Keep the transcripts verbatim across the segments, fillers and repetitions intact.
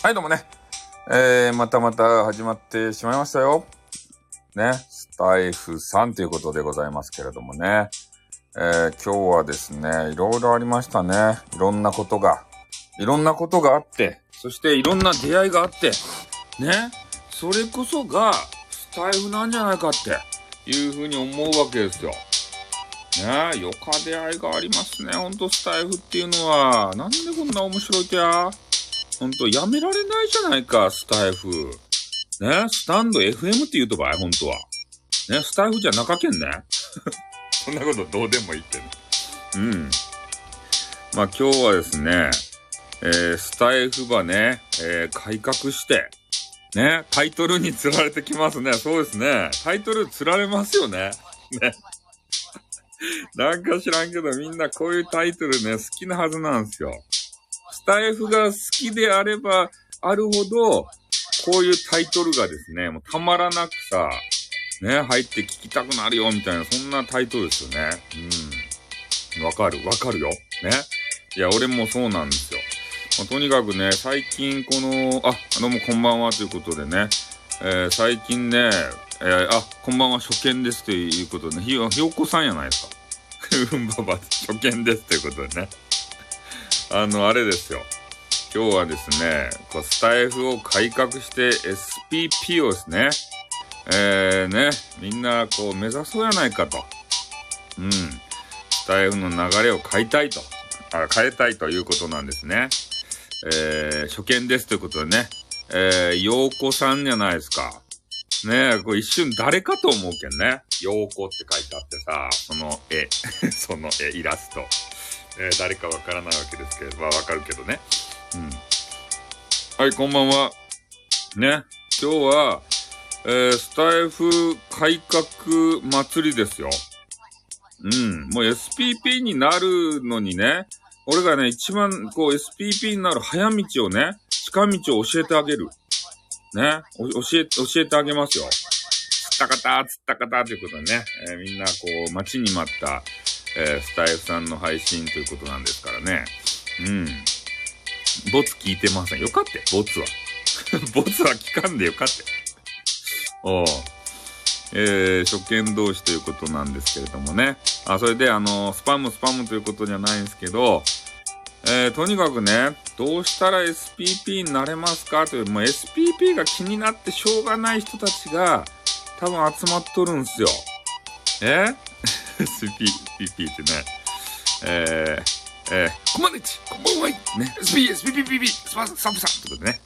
はい、どうもね。えー、またまた始まってしまいましたよ。ね。スタイフさんということでございますけれどもね。えー、今日はですね、いろいろありましたね。いろんなことが。いろんなことがあって、そしていろんな出会いがあって、ね。それこそがスタイフなんじゃないかっていうふうに思うわけですよ。ね。よか出会いがありますね。ほんとスタイフっていうのは。なんでこんな面白いとや。ほんとやめられないじゃないか、スタイフ。ね。スタンド エフエム って言うとばい、ほんとは。ね。スタイフじゃなかけんね。そんなことどうでもいいけど。うん。まあ今日はですね、えー、スタイフばね、えー、改革して、ね、タイトルに釣られてきますね。そうですね。タイトル釣られますよね。ね。なんか知らんけどみんなこういうタイトルね、好きなはずなんですよ。スタイフが好きであればあるほど、こういうタイトルがですね、もうたまらなくさ、ね、入って聞きたくなるよみたいな、そんなタイトルですよね。うん。わかる、わかるよ。ね。いや、俺もそうなんですよ。まあ、とにかくね、最近この、あ、どうもこんばんはということでね、えー、最近ね、えー、あ、こんばんは初見ですということでね、ひよ、ひよこさんやないですか。うんばば、初見ですということでね。あの、あれですよ。今日はですね、こうスタイフを改革して エスピーピー をですね、えーね、みんなこう目指そうやないかと。うん。スタイフの流れを変えたいと。あ、変えたいということなんですね。えー、初見ですということでね。えー、ようこさんじゃないですか。ねえ、これ一瞬誰かと思うけんね。ようこって書いてあってさ、その絵、その絵、イラスト。えー、誰かわからないわけですけど、まあわかるけどね。うん。はい、こんばんは。ね。今日は、えー、スタイフ改革祭りですよ。うん。もう エスピーピー になるのにね、俺がね、一番こう エスピーピー になる早道をね、近道を教えてあげる。ね。お教え、教えてあげますよ。つったかた、つったかたということでね、えー、みんなこう待ちに待った、えー、スタイフさんの配信ということなんですからね。うん。ボツ聞いてません。よかって、ボツは。ボツは聞かんでよかって。おう。えー、初見同士ということなんですけれどもね。あ、それであの、スパムスパムということじゃないんですけど、えー、とにかくね、どうしたら エスピーピー になれますかという、もう エスピーピー が気になってしょうがない人たちが、多分集まっとるんすよ。えエスピーピー ってね。えー、えー、こまねち、こんばんは。ね。エスピー、エスピーピーピー、スパ、サンプさんってことでね。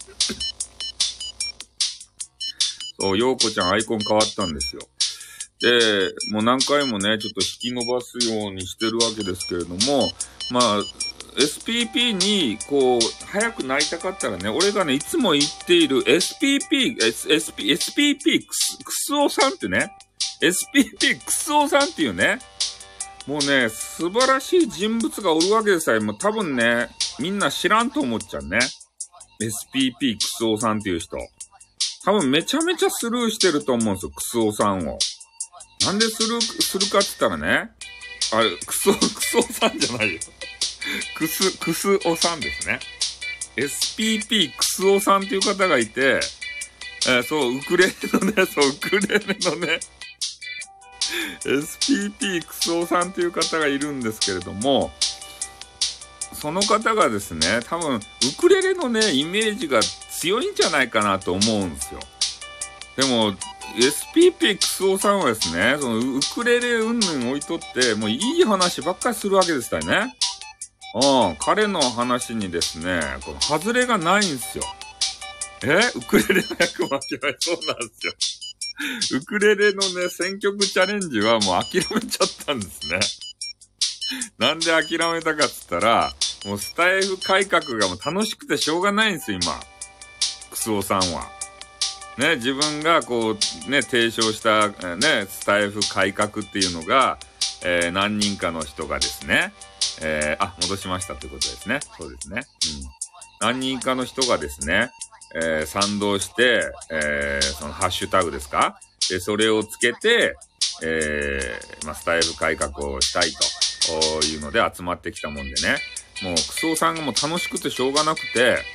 そう、ようこちゃんアイコン変わったんですよ。で、もう何回もね、ちょっと引き伸ばすようにしてるわけですけれども、まあ、エスピーピー に、こう、早くなりたかったらね、俺がね、いつも言っている エスピーピー、S、SP、エスピーピー クス、クスオさんってね、エスピーピー クスオさんっていうね、もうね、素晴らしい人物がおるわけですよ。もう多分ね、みんな知らんと思っちゃうね。エスピーピー クスオさんっていう人。多分めちゃめちゃスルーしてると思うんですよ、クスオさんを。なんでスルーするかって言ったらね、あれ、クソ、クソさんじゃないよ。クス、クスオさんですね。エスピーピー クスオさんっていう方がいて、えー、そう、ウクレレのね、そう、ウクレレのね、エスピーピー クスオさんっていう方がいるんですけれども、その方がですね、多分、ウクレレのね、イメージが強いんじゃないかなと思うんですよ。でも、エスピーピー クスオさんはですね、そのウクレレ云々置いとって、もういい話ばっかりするわけですからね。うん、彼の話にですね、この外れがないんですよ。えウクレレの役間違えそうなんですよ。ウクレレのね、選曲チャレンジはもう諦めちゃったんですね。なんで諦めたかっつったら、もうスタイフ改革がもう楽しくてしょうがないんですよ、今。クスオさんは。ね、自分がこう、ね、提唱した、ね、スタイフ改革っていうのが、えー、何人かの人がですね、えー、あ、戻しましたということですね。そうですね。うん。何人かの人がですね、えー、賛同して、えー、そのハッシュタグですか？で、それをつけて、えー、まあ、スタイル改革をしたいというので集まってきたもんでね。もう、クソさんがもう楽しくてしょうがなくて、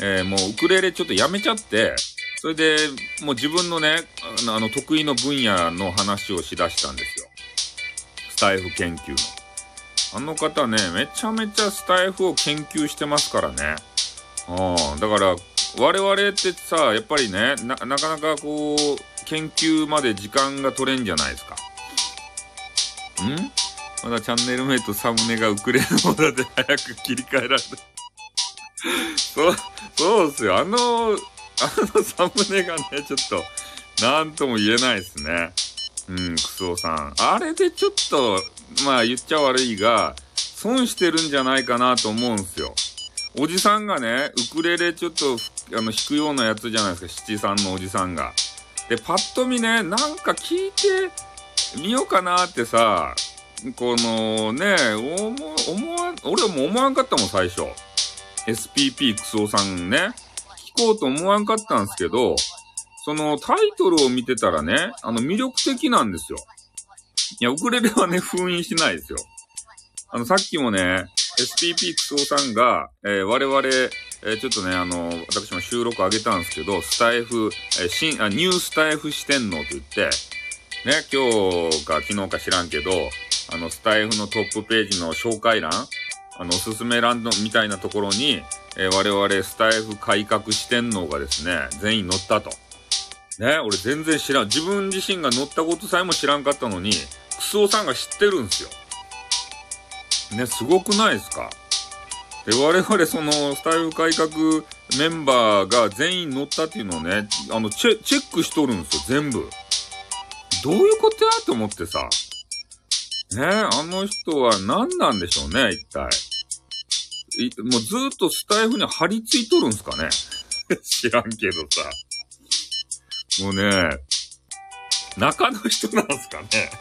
えー、もうウクレレちょっとやめちゃって、それでもう自分のね、あの得意の分野の話をしだしたんですよ。スタイフ研究の。あの方ね、めちゃめちゃスタイフを研究してますからね。うん、だから我々ってさ、やっぱりね、な、なかなかこう研究まで時間が取れんじゃないですか。ん？まだチャンネル名とサムネがウクレレの方で早く切り替えられる。そう、そうっすよ。あの、あのサムネがね、ちょっと、なんとも言えないですね。うん、クソさん。あれでちょっと、まあ言っちゃ悪いが、損してるんじゃないかなと思うんすよ。おじさんがね、ウクレレちょっと、あの、弾くようなやつじゃないですか、七さんのおじさんが。で、パッと見ね、なんか聞いてみようかなってさ、このね、思、思わん、俺はもう思わんかったもん、最初。エスピーピー クソさんね、聞こうと思わんかったんですけど、そのタイトルを見てたらね、あの魅力的なんですよ。いや、ウクレレはね、封印しないですよ。あの、さっきもね、エスピーピー クソさんが、えー、我々、えー、ちょっとね、あの、私も収録上げたんですけど、スタイフ、えー、新、あ、ニュースタイフ四天王と言って、ね、今日か昨日か知らんけど、あの、スタイフのトップページの紹介欄、あの、おすすめ欄のみたいなところに、えー、我々スタイフ改革四天王がですね、全員乗ったと。ね、俺全然知らん。自分自身が乗ったことさえも知らんかったのに、クソさんが知ってるんですよ。ね、すごくないですか？で、我々そのスタイフ改革メンバーが全員乗ったっていうのをね、あの、チェ、チェックしとるんですよ、全部。どういうことやと思ってさ。ね、あの人は何なんでしょうね、一体。いもうずーっとスタイフに張り付いとるんすかね知らんけどさ。もうね、中の人なんすかね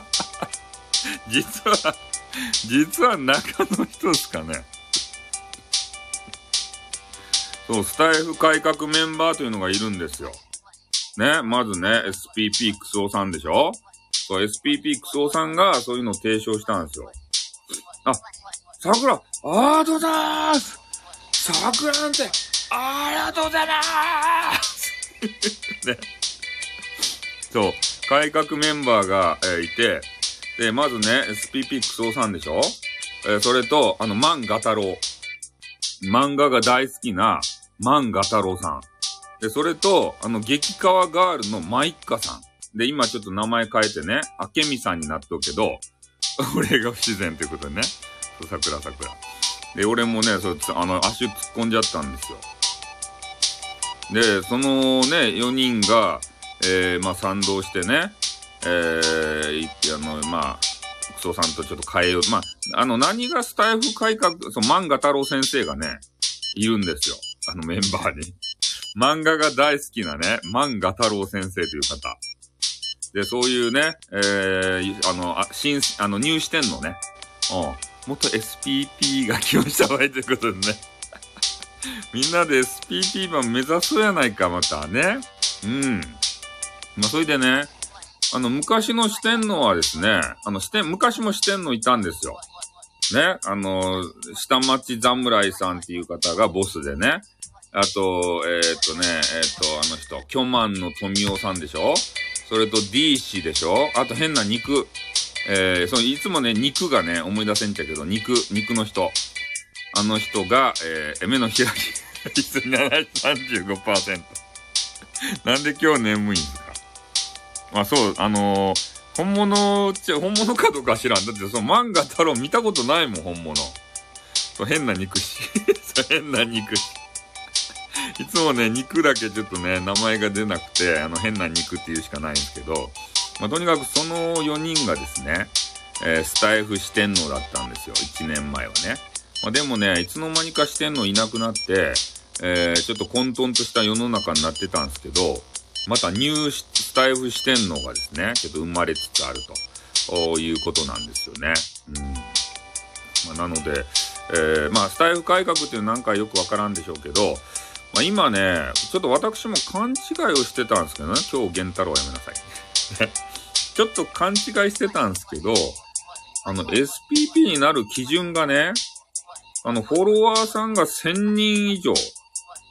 実は、実は中の人ですかね。そう、スタイフ改革メンバーというのがいるんですよ。ね、まずね、エスピーピー クソさんでしょ？そう、エスピーピー クソさんがそういうのを提唱したんですよ。あ、桜、ありがとうございます。桜なんて、ありがとうございますね。そう、改革メンバーが、えー、いて、で、まずね、エスピーピー クソさんでしょ？えー、それと、あの、万画太郎。漫画が大好きな、万画太郎さん。で、それと、あの、激川ガールのマイッカさん。で、今ちょっと名前変えてね、あけみさんになっとくけど、俺が不自然ということでね。そう、桜桜。で、俺もね、そう、あの、足突っ込んじゃったんですよ。で、そのね、よにんが、えー、まあ、賛同してね、えー、あの、まあ、クソさんとちょっと変えよう。まあ、あの、何がスタイフ改革、そう、漫画太郎先生がね、いるんですよ。あのメンバーに。漫画が大好きなね、漫画太郎先生という方。で、そういうね、えー、あの、あ、新、あの、入視点のね、うん、元 エスピーピー が来ましたわいということでね。みんなで エスピーピー 版目指そうやないか、またね。うん。まあ、それでね、あの、昔の四天王はですね、あの、四天、昔も四天王いたんですよ。ね、あの、下町侍さんっていう方がボスでね。あと、えー、っとね、えー、っと、あの人、巨万の富夫さんでしょ？それと D 氏でしょ？あと変な肉。えー、その、いつもね、肉がね、思い出せんちゃうけど、肉、肉の人。あの人が、えー、目の開き、率 ななじゅうさんじゅうごパーセント。なんで今日眠いんですか？あ、そう、あのー、本物っちゃ、本物かどうか知らん。だってその漫画太郎見たことないもん、本物。そう、変な肉し。そう、変な肉し。いつもね、肉だけちょっとね、名前が出なくて、あの、変な肉っていうしかないんですけど、まあ、とにかくそのよにんがですね、えー、スタイフ四天王だったんですよ。いちねんまえはね。まあ、でもね、いつの間にか四天王いなくなって、えー、ちょっと混沌とした世の中になってたんですけど、またニュースタイフ四天王がですね、ちょっと生まれつつあるということなんですよね。うん。まあ、なので、えー、まあ、スタイフ改革っていうのなんかよくわからんでしょうけど、まあ、今ね、ちょっと私も勘違いをしてたんですけどね、今日源太郎はやめなさい。ちょっと勘違いしてたんですけど、あの、エスピーピー になる基準がね、あの、フォロワーさんがせんにん以上。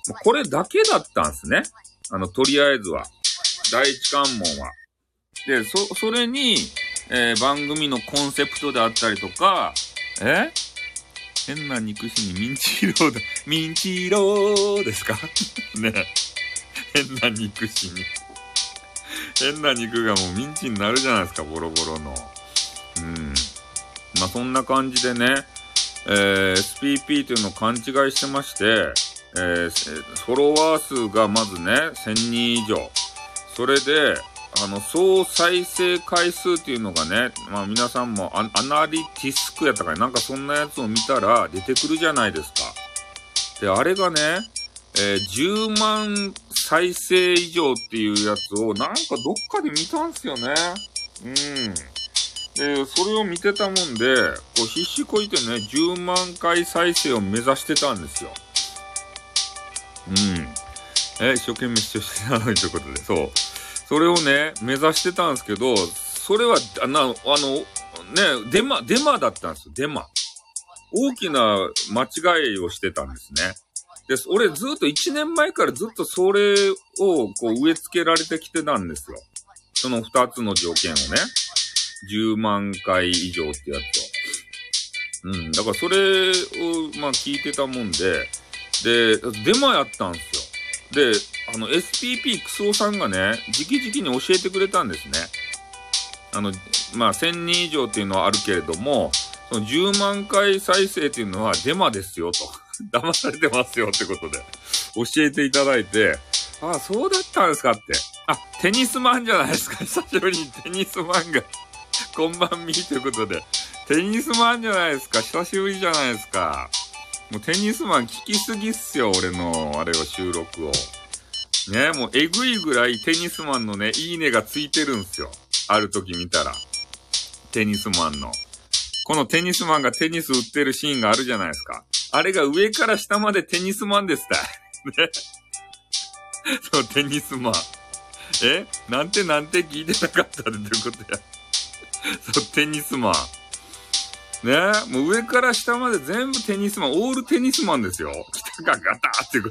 これだけだったんですね。あの、とりあえずは。第一関門は。で、そ、それに、えー、番組のコンセプトであったりとか、え変な肉子にミンチローだ。ミンチローですかね。変な肉子に。変な肉がもうミンチになるじゃないですか、ボロボロの。うん。まあ、そんな感じでね、えー、エスピーピー というのを勘違いしてまして、えー、フォロワー数がまずね、せんにん以上。それで、あの、総再生回数っていうのがね、まあ皆さんもア、アナリティスクやったかね、なんかそんなやつを見たら出てくるじゃないですか。で、あれがね、えー、じゅうまん再生以上っていうやつをなんかどっかで見たんすよね。うん。で、それを見てたもんで、こう必死こいてね、じゅうまんかい再生を目指してたんですよ。うん。え、一生懸命視聴してたのにということで、そう。それをね、目指してたんですけど、それは、あの、あの、ね、デマ、デマだったんですよ、デマ。大きな間違いをしてたんですね。で、俺ずっといちねんまえからずっとそれをこう植え付けられてきてたんですよ。そのふたつの条件をね。じゅうまんかい以上ってやつを。うん。だからそれを、まあ聞いてたもんで、で、デマやったんですよ。で、あの エスピーピー クソさんがね、直々に教えてくれたんですね。あの、まあ、せんにん以上っていうのはあるけれども、そのじゅうまんかい再生っていうのはデマですよと。騙されてますよってことで教えていただいて、ああ、そうだったんですかって。あ、テニスマンじゃないですか。久しぶりにテニスマンがこんばんみということで。テニスマンじゃないですか。久しぶりじゃないですか。もうテニスマン聞きすぎっすよ、俺の、あれを収録を。ね、もうえぐいぐらいテニスマンのね、いいねがついてるんすよ。ある時見たら。テニスマンの。このテニスマンがテニス打ってるシーンがあるじゃないですか。あれが上から下までテニスマンですたい。ね。そう、テニスマン。えなんてなんて聞いてなかったでということや。そう、テニスマン。ねえ、もう上から下まで全部テニスマン、オールテニスマンですよ。来たかガターっていうこと。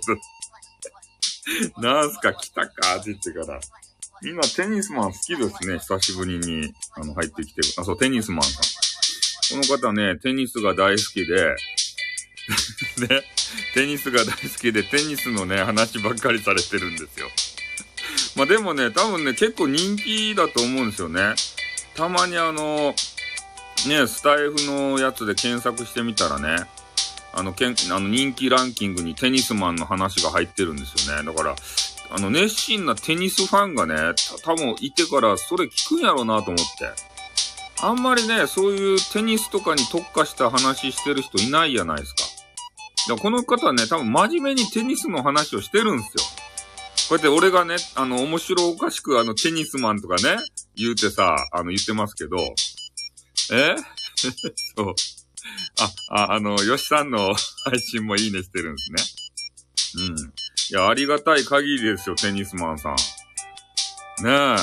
なんすか来たかって言ってから。みんなテニスマン好きですね。久しぶりに、あの、入ってきてる。あ、そう、テニスマンさん。この方ね、テニスが大好きで、ね、テニスが大好きで、テニスのね、話ばっかりされてるんですよ。まあでもね、多分ね、結構人気だと思うんですよね。たまにあの、ね、スタイフのやつで検索してみたらね、あの、けん、あの人気ランキングにテニスマンの話が入ってるんですよね。だから、あの、熱心なテニスファンがね、た、多分いてからそれ聞くんやろうなと思って。あんまりね、そういうテニスとかに特化した話してる人いないじゃないですか。だからこの方はね、多分真面目にテニスの話をしてるんですよ。こうやって俺がね、あの、面白おかしくあの、テニスマンとかね、言うてさ、あの、言ってますけど、えそう。あ、あ、あの、ヨシさんの配信もいいねしてるんですね。うん。いや、ありがたい限りですよ、テニスマンさん。ねえ。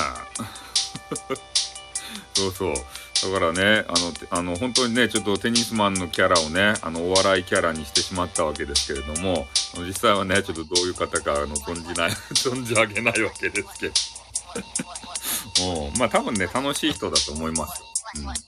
そうそう。だからね、あの、あの、本当にね、ちょっとテニスマンのキャラをね、あの、お笑いキャラにしてしまったわけですけれども、実際はね、ちょっとどういう方か、あの、存じない、存じ上げないわけですけど。もう、まあ多分ね、楽しい人だと思いますよ。うん。ま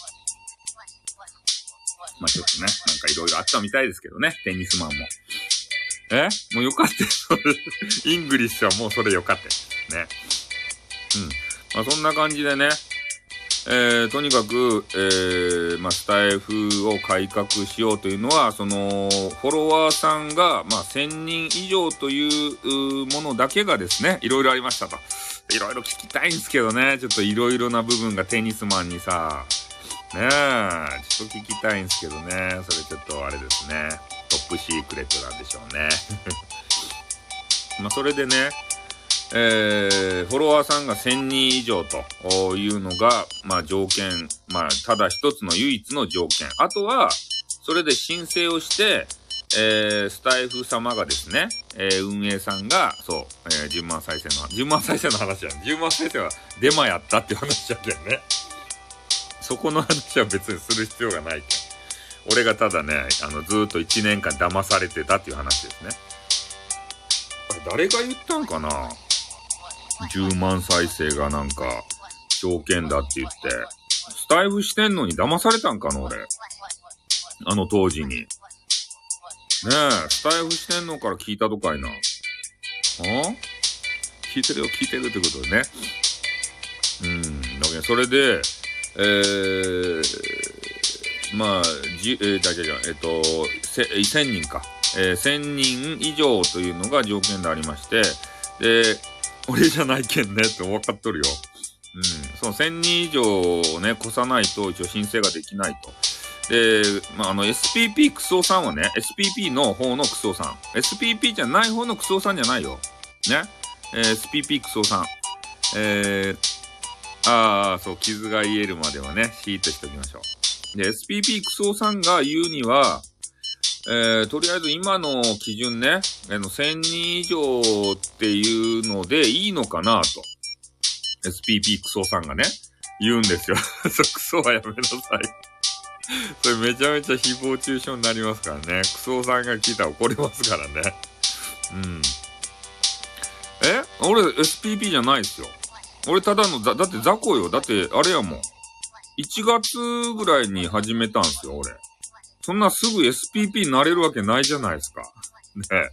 あちょっとね、なんかいろいろあったみたいですけどね、テニスマンも。えもうよかったよ。イングリッシュはもうそれよかったよ。ね。うん。まあそんな感じでね、えー、とにかく、えー、まあ、スタイフを改革しようというのは、その、フォロワーさんが、まあ、せんにん以上というものだけがですね、いろいろありましたと。いろいろ聞きたいんですけどね、ちょっといろいろな部分がテニスマンにさ、ねえ、ちょっと聞きたいんですけどね、それちょっとあれですね、トップシークレットなんでしょうね。まあ、それでね、えー、フォロワーさんがせんにん以上というのが、まあ条件、まあただ一つの唯一の条件。あとは、それで申請をして、えー、スタイフ様がですね、えー、運営さんが、そう、えー、じゅうまん再生の、じゅうまん再生の話やん。じゅうまん再生はデマやったっていう話やけんね。そこの話は別にする必要がないけん。俺がただね、あの、ずーっといちねんかん騙されてたっていう話ですね。 誰が言ったんかな？じゅうまん再生がなんか条件だって言って、スタイフしてんのに騙されたんかな俺。あの当時に。ねえ、スタイフしてんのから聞いたとかいな。はぁ？聞いてるよ、聞いてるってことでね。うん、だけどそれで、えー、まあ、じ、えー、じゃじゃじゃ、えっと、せ、せんにんか。えー、せんにん以上というのが条件でありまして、で、俺じゃないけんねって分かっとるよ。うん。そのせんにん以上をね、越さないと一応申請ができないと。で、まあ、あの、エスピーピー クソさんはね、エスピーピー の方のクソさん。エスピーピー じゃない方のクソさんじゃないよ。ね。えー、エスピーピー クソさん。えー、ああ、そう、傷が癒えるまではね、シーッとしておきましょう。で、エスピーピー クソさんが言うには、えー、とりあえず今の基準ね、あの、せんにん以上っていうのでいいのかなと。エスピーピー クソさんがね、言うんですよ。そう、クソはやめなさい。それめちゃめちゃ誹謗中傷になりますからね。クソさんが聞いたら怒りますからね。うん。え？俺 エスピーピー じゃないですよ。俺ただの、だ、だって雑魚よ。だってあれやもん。いちがつぐらいに始めたんすよ、俺。そんなすぐ エスピーピー になれるわけないじゃないですか。ねえ。ん？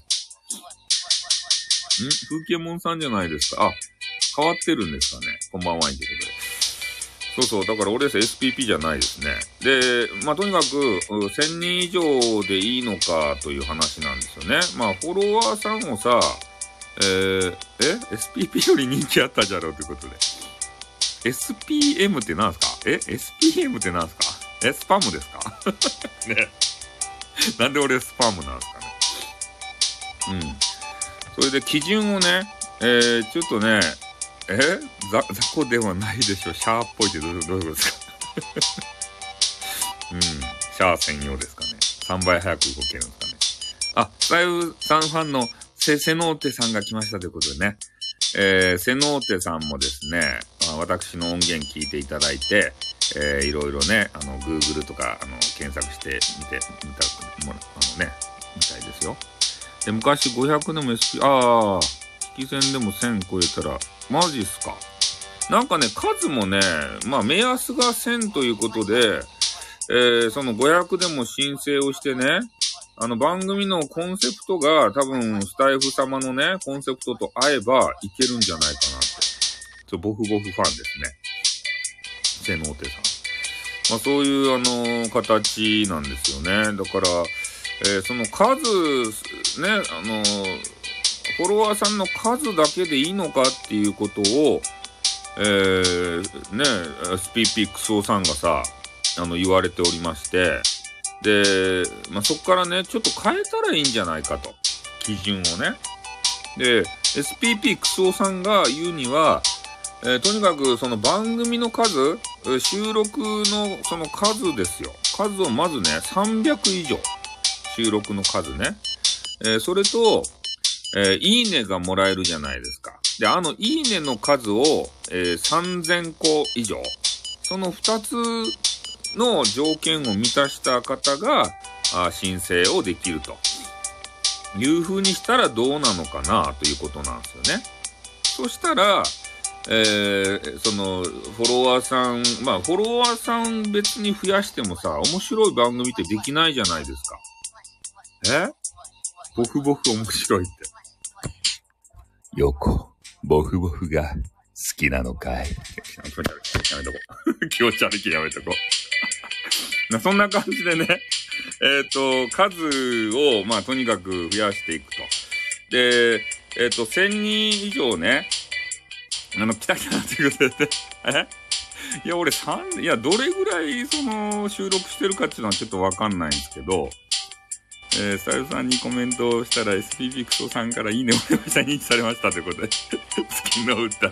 風景モンさんじゃないですか。あ、変わってるんですかね。こんばんは、ということで。そうそう、だから俺 エスピーピー じゃないですね。で、まあ、とにかく、せんにん以上でいいのかという話なんですよね。まあ、フォロワーさんもさ、えー、え ?エスピーピー より人気あったじゃろうということで。エスピーエム ってなんすか？え エスピーエム ってなんすか？えスパムですか？ね。なんで俺スパムなんすかね。うん。それで基準をね、えー、ちょっとね、えザ、雑魚ではないでしょ。シャーっぽいってどういうことですか？うん。シャー専用ですかね。さんばい早く動けるんですかね。あ、スタイルさんファンのセ、セノーテさんが来ましたということでね。えー、セノーテさんもですね、まあ、私の音源聞いていただいて、えー、いろいろね、あの、Google とか、あの、検索してみて、みた、もあのね、みたいですよ。で、昔ごひゃくでも エスピー、あー、引き戦でもせん超えたら、マジっすか。なんかね、数もね、まあ、目安がせんということで、えー、そのごひゃくでも申請をしてね、あの番組のコンセプトが多分スタイフ様のね、コンセプトと合えばいけるんじゃないかなって。ちょ、ボフボフファンですね。セノーテさん。まあそういうあの、形なんですよね。だから、えー、その数、ね、あの、フォロワーさんの数だけでいいのかっていうことを、えー、ね、エスピーピー クソさんがさ、あの、言われておりまして、で、まあ、そこからね、ちょっと変えたらいいんじゃないかと。基準をね。で、エスピーピー クソさんが言うには、えー、とにかくその番組の数、収録のその数ですよ。数をまずね、さんびゃく以上。収録の数ね。えー、それと、えー、いいねがもらえるじゃないですか。で、あの、いいねの数を、えー、さんぜんこ以上。そのふたつの条件を満たした方があ申請をできるという風にしたらどうなのかなということなんですよね。そしたら、えー、そのフォロワーさん、まあフォロワーさん別に増やしてもさ、面白い番組ってできないじゃないですか。え？ボフボフ面白いって。ヨコ、ボフボフが好きなのかい。やめとこう。気持ち悪い気やめとこう。そんな感じでね、えっと、数を、まあ、とにかく増やしていくと。で、えっと、せんにん以上ね、あの、来た来たっていうことでね、えいや、俺さん、いや、どれぐらい、その、収録してるかっていうのはちょっとわかんないんですけど、えー、スタイルさんにコメントをしたら エスピーピー クソさんからいいねもらいました、認知されましたということで、月の歌。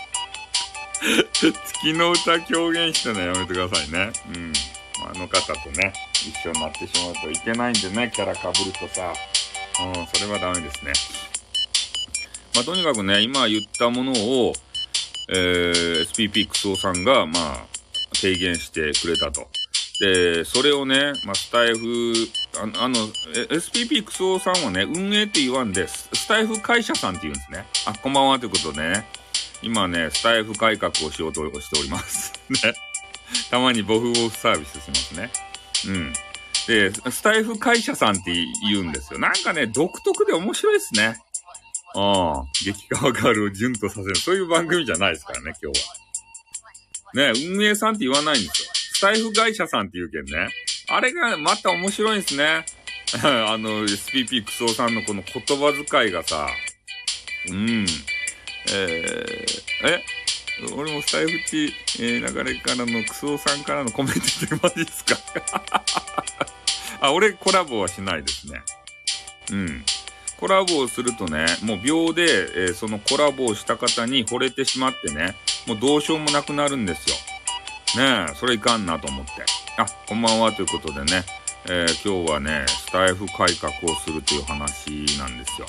月の歌狂言してのやめてくださいね。うん。あの方とね、一緒になってしまうといけないんでね、キャラ被るとさ。うん、それはダメですね。まあ、とにかくね、今言ったものを、えー、エスピーピー クソさんが、まあ、提言してくれたと。で、それをね、まあ、スタイフあの、あの エスピーピー クソさんはね、運営って言わんで、スタイフ会社さんって言うんですね。あ、こんばんはということでね、今ね、スタイフ改革をしようとしております。ね。たまにボフオフサービスしますね。うん。で、スタイフ会社さんって言うんですよ。なんかね、独特で面白いですね。ああ、激川ガールを順とさせる。そういう番組じゃないですからね、今日は。ね、運営さんって言わないんですよ。スタイフ会社さんって言うけんね。あれがまた面白いんですね。あの、エスピーピー クソさんのこの言葉遣いがさ、うん。えー、え俺もスタイフチ、えー、流れからのクソさんからのコメントってマジですかあ、俺コラボはしないですね。うん。コラボをするとね、もう秒で、えー、そのコラボをした方に惚れてしまってね、もうどうしようもなくなるんですよ。ねえ、それいかんなと思って。あ、こんばんはということでね、えー、今日はね、スタイフ改革をするという話なんですよ。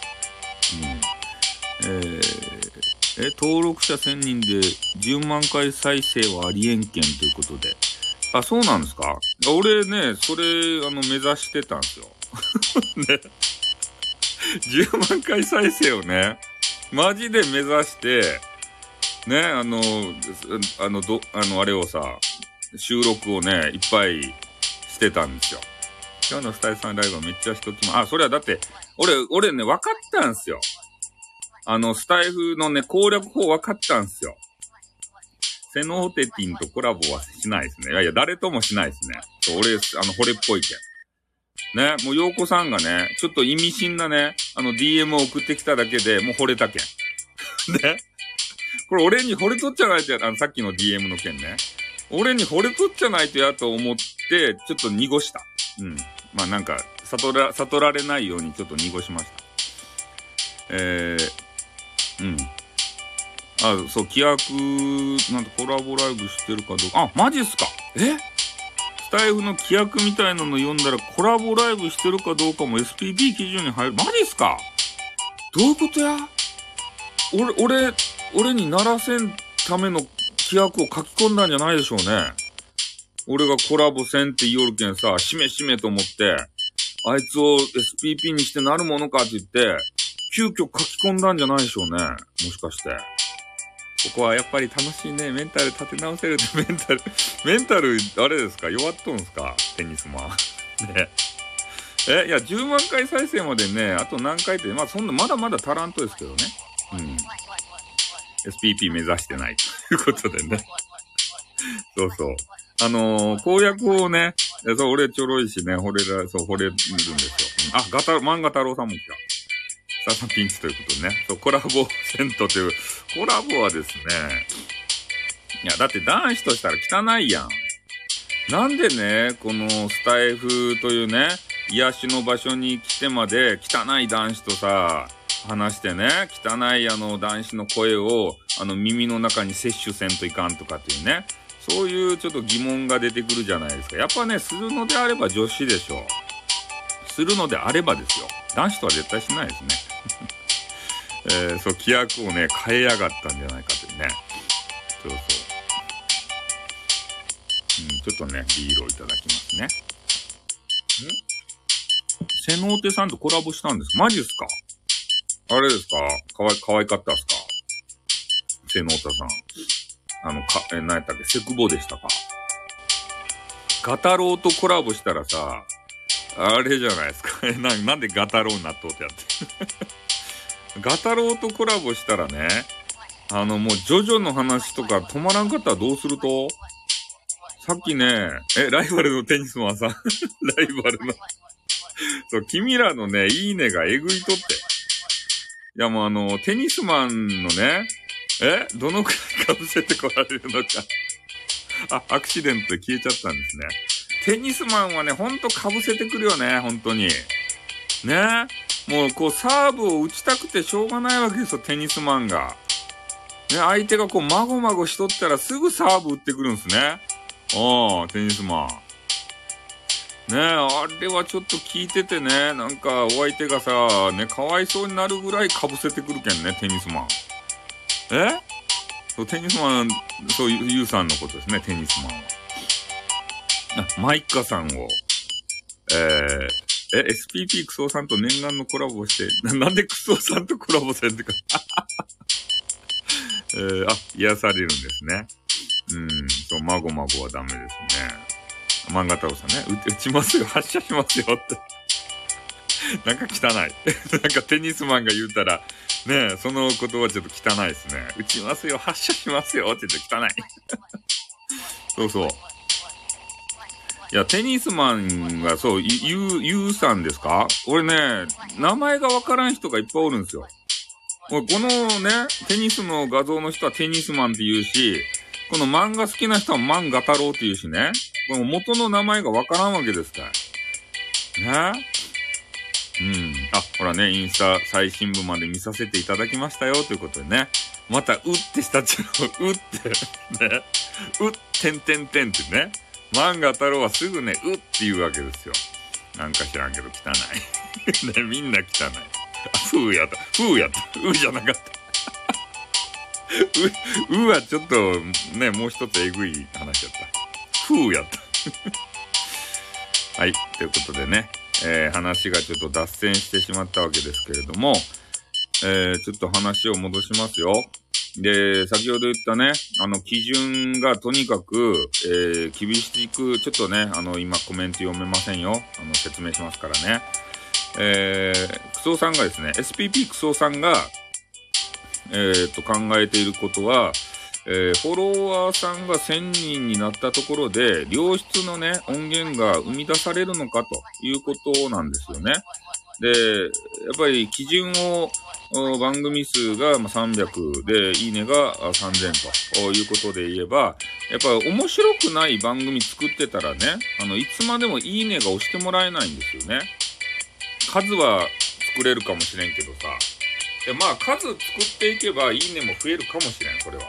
うん。えー、え、登録者せんにんでじゅうまんかい再生はありえんけんということで。あ、そうなんですか？俺ね、それ、あの、目指してたんですよ。ね。じゅうまんかい再生をね、マジで目指して、ね、あの、あの、ど、あの、あれをさ、収録をね、いっぱいしてたんですよ。今日のスタイルさんライブはめっちゃ人気も、あ、それはだって、俺、俺ね、分かったんですよ。あの、スタイフのね、攻略法分かったんですよ。セノーテティンとコラボはしないですね。いやいや、誰ともしないですね。俺、あの、惚れっぽいけん。ね、もう、陽子さんがね、ちょっと意味深なね、あの、ディーエム を送ってきただけでもう惚れたけん。ね。これ俺に惚れとっちゃないとや、あの、さっきの ディーエム の件ね。俺に惚れとっちゃないとやと思って、ちょっと濁した。うん。まあ、なんか、悟ら、悟られないようにちょっと濁しました。えー、うん。あ、そう、規約、なんとコラボライブしてるかどうか。あ、マジっすか？え？スタイフの規約みたいなの読んだらコラボライブしてるかどうかも エスピーピー 基準に入る。マジっすか？どういうことや？俺、俺、俺にならせんための規約を書き込んだんじゃないでしょうね。俺がコラボせんって言おるけんさ、しめしめと思って、あいつを エスピーピー にしてなるものかって言って、急遽書き込んだんじゃないでしょうね。もしかして。ここはやっぱり楽しいね。メンタル立て直せるってメンタル、メンタル、あれですか？弱っとんすか？テニスマン。ね。え、いや、じゅうまんかい再生までね、あと何回って、まあそんな、まだまだ足らんとですけどね。うん。エスピーピー 目指してないということでね。そうそう。あのー、公約をね、そう、俺ちょろいしね、惚れら、そう、惚れるんですよ。あ、ガタ、漫画太郎さんも来た。ささピンチということでね。そう、コラボセントという、コラボはですね、いや、だって男子としたら汚いやん。なんでね、このスタイフというね、癒しの場所に来てまで汚い男子とさ、話してね、汚いあの男子の声をあの耳の中に摂取せんといかんとかっていうね、そういうちょっと疑問が出てくるじゃないですか。やっぱね、するのであれば女子でしょう。するのであればですよ。男子とは絶対しないですね。えー、そう、規約をね、変えやがったんじゃないかというね。そうそう。うん、ちょっとね、ビールをいただきますね。ん？セノーテさんとコラボしたんです。マジっすか？あれですか？かわい、かわいかったっすか？セノータさん。あの、か、え、何やったっけ？セクボでしたか？ガタロウとコラボしたらさ、あれじゃないですか。え、な、なんでガタロウになっとうってやって。ガタロウとコラボしたらね、あの、もうジョジョの話とか止まらんかったらどうすると？さっきね、え、ライバルのテニスマンさん、ライバルの、そう、君らのね、いいねがえぐいとって。いやもうあの、テニスマンのね、え、どのくらい被せてこられるのか。あ、アクシデントで消えちゃったんですね。テニスマンはね、ほんと被せてくるよね、ほんとに。ね。もうこうサーブを打ちたくてしょうがないわけですよ、テニスマンが。ね、相手がこうまごまごしとったらすぐサーブ打ってくるんですね。ああ、テニスマン。ねえ、あれはちょっと聞いててね、なんかお相手がさ、ね、かわいそうになるぐらい被せてくるけんね、テニスマン。え？そう、テニスマン、そう、ゆうさんのことですね、テニスマンは。あ、マイカさんを、 えー、え、エスピーピー クソさんと念願のコラボをして、な, なんでクソさんとコラボせんってか、えー、あ、癒されるんですね。うん、そう、まごまごはダメですね。漫画太郎さんね、う、撃ちますよ、発射しますよって。なんか汚い。なんかテニスマンが言うたら、ねえ、その言葉ちょっと汚いですね。撃ちますよ、発射しますよって言って汚い。そうそう。いや、テニスマンが、そう、ゆう、ゆうさんですか？俺ね、名前がわからん人がいっぱいおるんですよ。俺、このね、テニスの画像の人はテニスマンって言うし、この漫画好きな人は漫画太郎って言うしね、この元の名前がわからんわけですから。ね？うん。あ、ほらね、インスタ最新部まで見させていただきましたよ、ということでね。また、うってしたっちゃう、うって、ね。う、てんてんてんってね。漫画太郎はすぐね、うって言うわけですよ。なんか知らんけど汚い。ね、みんな汚い。あ、ふーやった。ふーやった。うじゃなかった。う、うはちょっと、ね、もう一つえぐい話やった。ふーやった。はい。ということでね、えー、話がちょっと脱線してしまったわけですけれども、えー、ちょっと話を戻しますよ。で、先ほど言ったね、あの、基準がとにかく、えー、厳しく、ちょっとね、あの、今コメント読めませんよ。あの、説明しますからね。えー、クソさんがですね、エスピーピー クソさんが、えーと、考えていることは、えー、フォロワーさんがせんにんになったところで、良質のね、音源が生み出されるのかということなんですよね。で、やっぱり基準を、番組数がさんびゃくで、いいねがさんぜんということで言えば、やっぱり面白くない番組作ってたらね、あの、いつまでもいいねが押してもらえないんですよね。数は作れるかもしれんけどさ。で、まあ、数作っていけばいいねも増えるかもしれん、それは。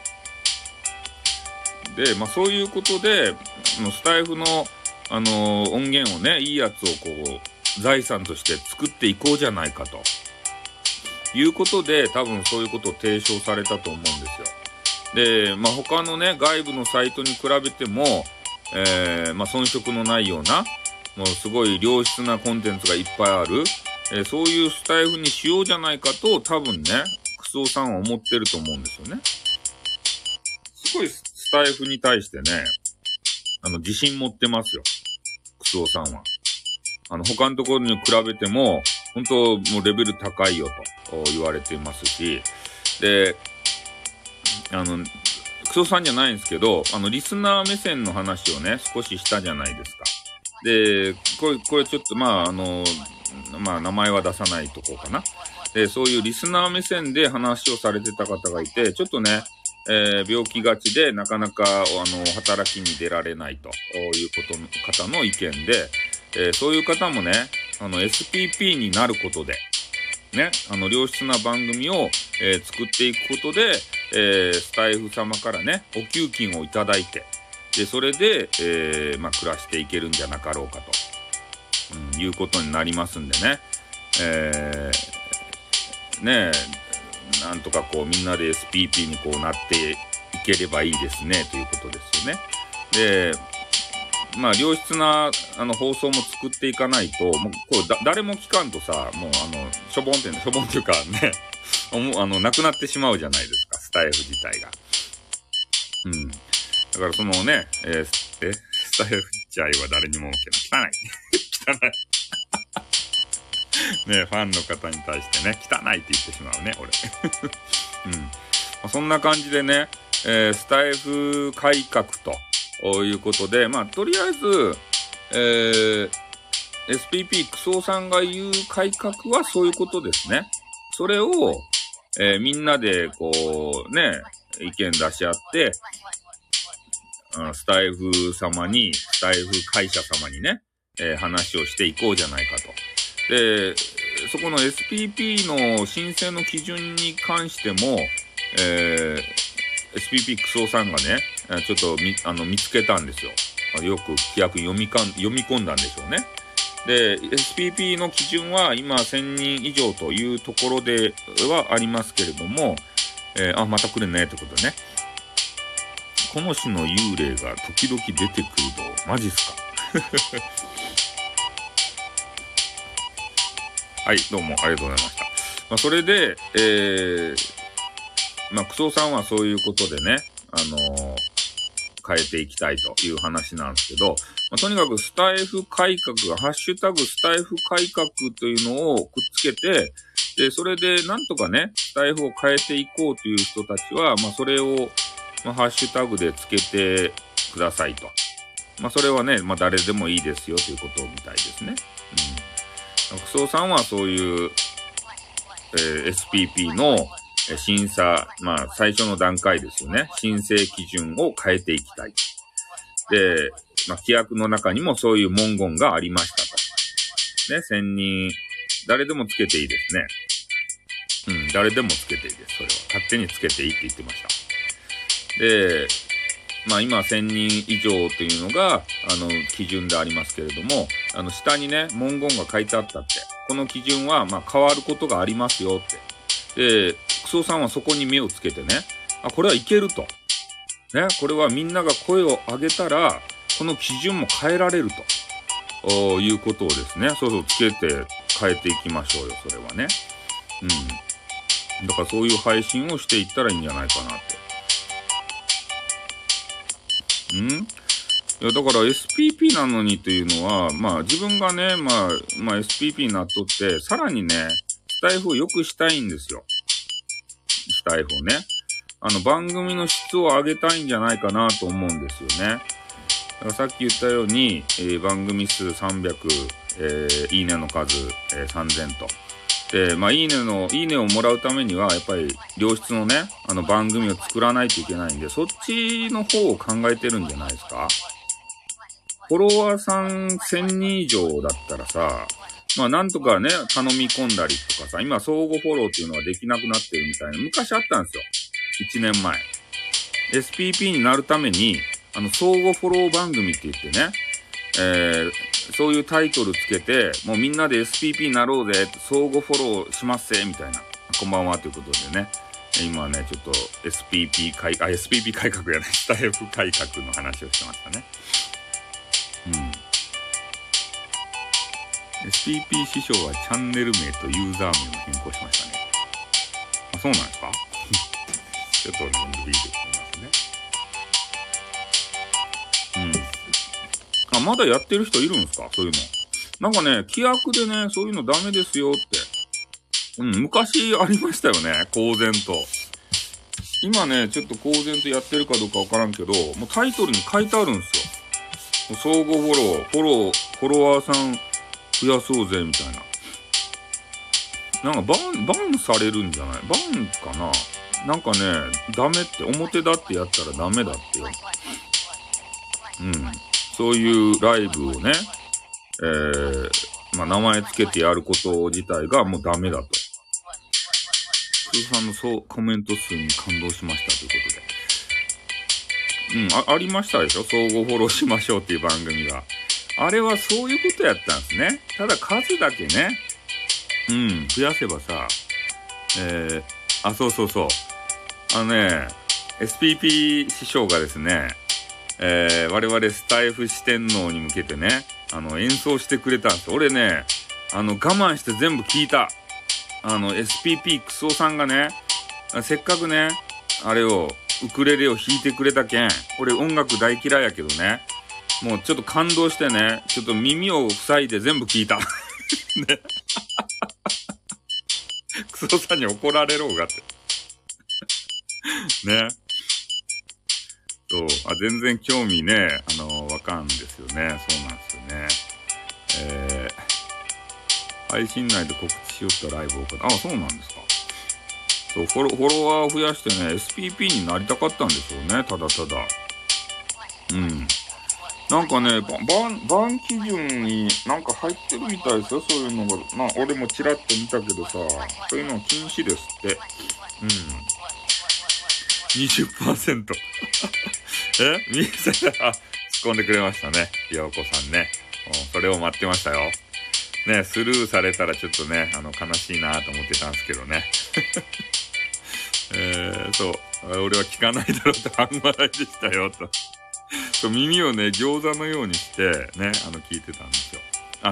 で、まあ、そういうことで、スタイフの、あのー、音源をね、いいやつをこう、財産として作っていこうじゃないかと。いうことで、多分そういうことを提唱されたと思うんですよ。で、まあ、他のね、外部のサイトに比べても、えー、まあ、遜色のないような、もうすごい良質なコンテンツがいっぱいある、えー、そういうスタイフにしようじゃないかと、多分ね、クソさんは思ってると思うんですよね。すごいスタイフに対してね、あの、自信持ってますよ。クソさんは。あの、他のところに比べても、本当もうレベル高いよと言われていますし、で、あの、クソさんじゃないんですけど、あの、リスナー目線の話をね、少ししたじゃないですか。で、これ、これちょっと、まあ、あの、まあ、名前は出さないとこかな。で、そういうリスナー目線で話をされてた方がいて、ちょっとね、えー、病気がちでなかなか、あの、働きに出られないということの方の意見で、えー、そういう方もね、あの、エスピーピー になることで、ね、あの、良質な番組を、えー、作っていくことで、えー、スタイフ様からね、お給金をいただいて、で、それで、えー、まあ、暮らしていけるんじゃなかろうかと、うん、いうことになりますんでね、えー、ねえ、なんとかこう、みんなで エスピーピー にこうなっていければいいですね、ということですよね。で、まあ、良質な、あの、放送も作っていかないと、もう、こう、だ、誰も聞かんとさ、もう、あの、しょぼんって、しょぼんっていうかね、あの、なくなってしまうじゃないですか、スタイフ自体が。うん。だからそのね、えー、え、スタイフ自体は誰にも汚い。汚い。ね、ファンの方に対してね、汚いって言ってしまうね、俺。うん。まあ、そんな感じでね、えー、スタイフ改革と、ということで、まあ、とりあえず、えー、エスピーピー クソさんが言う改革はそういうことですね。それを、えー、みんなで、こう、ね、意見出し合って、スタイフ様に、スタイフ会社様にね、えー、話をしていこうじゃないかと。で、そこの エスピーピー の申請の基準に関しても、えー、エスピーピー クソさんがね、ちょっとみ、あの、見つけたんですよ。よく規約読みかん、読み込んだんでしょうね。で、エスピーピー の基準は今せんにん以上というところではありますけれども、えー、あ、また来るねってことでね。この種の幽霊が時々出てくると、マジっすかはい、どうもありがとうございました。まあ、それで、えー、まあ、クソさんはそういうことでね、あのー、変えていきたいという話なんですけど、まあ、とにかくスタイフ改革が、ハッシュタグスタイフ改革というのをくっつけて、で、それでなんとかね、スタイフを変えていこうという人たちは、まあ、それを、まあ、ハッシュタグでつけてくださいと。まあ、それはね、まあ、誰でもいいですよということみたいですね。うん。クソさんはそういう、えー、エスピーピー の審査、まあ、最初の段階ですよね。申請基準を変えていきたい。で、まあ、規約の中にもそういう文言がありましたと。ね、専任、誰でもつけていいですね。うん、誰でもつけていいです。それは。勝手につけていいって言ってました。で、まあ今せんにん以上というのが、あの、基準でありますけれども、あの、下にね、文言が書いてあったって。この基準は、まあ変わることがありますよって。で、クソさんはそこに目をつけてね、あ、これはいけると。ね、これはみんなが声を上げたら、この基準も変えられるということをですね、そうそうつけて変えていきましょうよ、それはね。うん。だからそういう配信をしていったらいいんじゃないかなって。ん？いや、だから エスピーピー なのにというのは、まあ自分がね、まあ、まあ エスピーピー になっとって、さらにね、スタイフを良くしたいんですよ。スタイフをね。あの番組の質を上げたいんじゃないかなと思うんですよね。だからさっき言ったように、えー、番組数さんびゃく、えー、いいねの数、えー、さんぜんと。で、まあ、いいねの、いいねをもらうためには、やっぱり、良質のね、あの番組を作らないといけないんで、そっちの方を考えてるんじゃないですか。フォロワーさんせんにん以上だったらさ、まあなんとかね、頼み込んだりとかさ、今相互フォローっていうのはできなくなってるみたいな、昔あったんですよ。いちねんまえ。エスピーピー になるために、あの、相互フォロー番組って言ってね、えー、そういうタイトルつけて、もうみんなで エスピーピー になろうぜ、相互フォローしますぜ、みたいな。こんばんはということでね。今ね、ちょっと エスピーピー 改革、あ、エスピーピー 改革やね、スタイフ改革の話をしてましたね。うん。エスピーピー 師匠はチャンネル名とユーザー名を変更しましたね。あ、そうなんですか？ちょっとね、見てみますね。うん。あ、まだやってる人いるんですか？そういうの。なんかね、規約でね、そういうのダメですよって。うん、昔ありましたよね、公然と。今ね、ちょっと公然とやってるかどうかわからんけど、もうタイトルに書いてあるんですよ。相互フォロー、フォロー、フォロワーさん増やそうぜ、みたいな。なんかバン、バンされるんじゃない？バンかな？なんかね、ダメって、表だってやったらダメだってよ。うん。そういうライブをね、えー、まあ、名前つけてやること自体がもうダメだと。クーさんのそうコメント数に感動しましたということで。うん、あ、ありましたでしょ？相互フォローしましょうっていう番組が。あれはそういうことやったんですね。ただ数だけね、うん、増やせばさ、えー、あ、そうそうそう。あのね、エスピーピー 師匠がですね、えー、我々スタイフ四天王に向けてね、あの、演奏してくれたんです。俺ね、あの、我慢して全部聞いた。あの、エスピーピー クソさんがね、せっかくね、あれを、ウクレレを弾いてくれたけん、俺音楽大嫌いやけどね、もうちょっと感動してね、ちょっと耳を塞いで全部聞いた。ね。クソさんに怒られろうがって。ね。そう、あ、全然興味ね、あの、わかんですよね。そうなんですよね。えー、配信内で告知しよったライブを、あ、そうなんですか。そう、フォロ、フォロワーを増やしてね、エスピーピー になりたかったんでしょうね、ただただ。うん。なんかね、バン、バン基準になんか入ってるみたいですよ、そういうのが。まあ、俺もチラッと見たけどさ、そういうの禁止ですって。うん。にじゅっパーセント。えみさん、突っ込んでくれましたね。ようこさんね。それを待ってましたよ。ね、スルーされたらちょっとね、あの、悲しいなと思ってたんですけどね。えー、そう。俺は聞かないだろうと半笑いでしたよ、と。そう、耳をね、餃子のようにして、ね、あの、聞いてたんですよ。あ、で、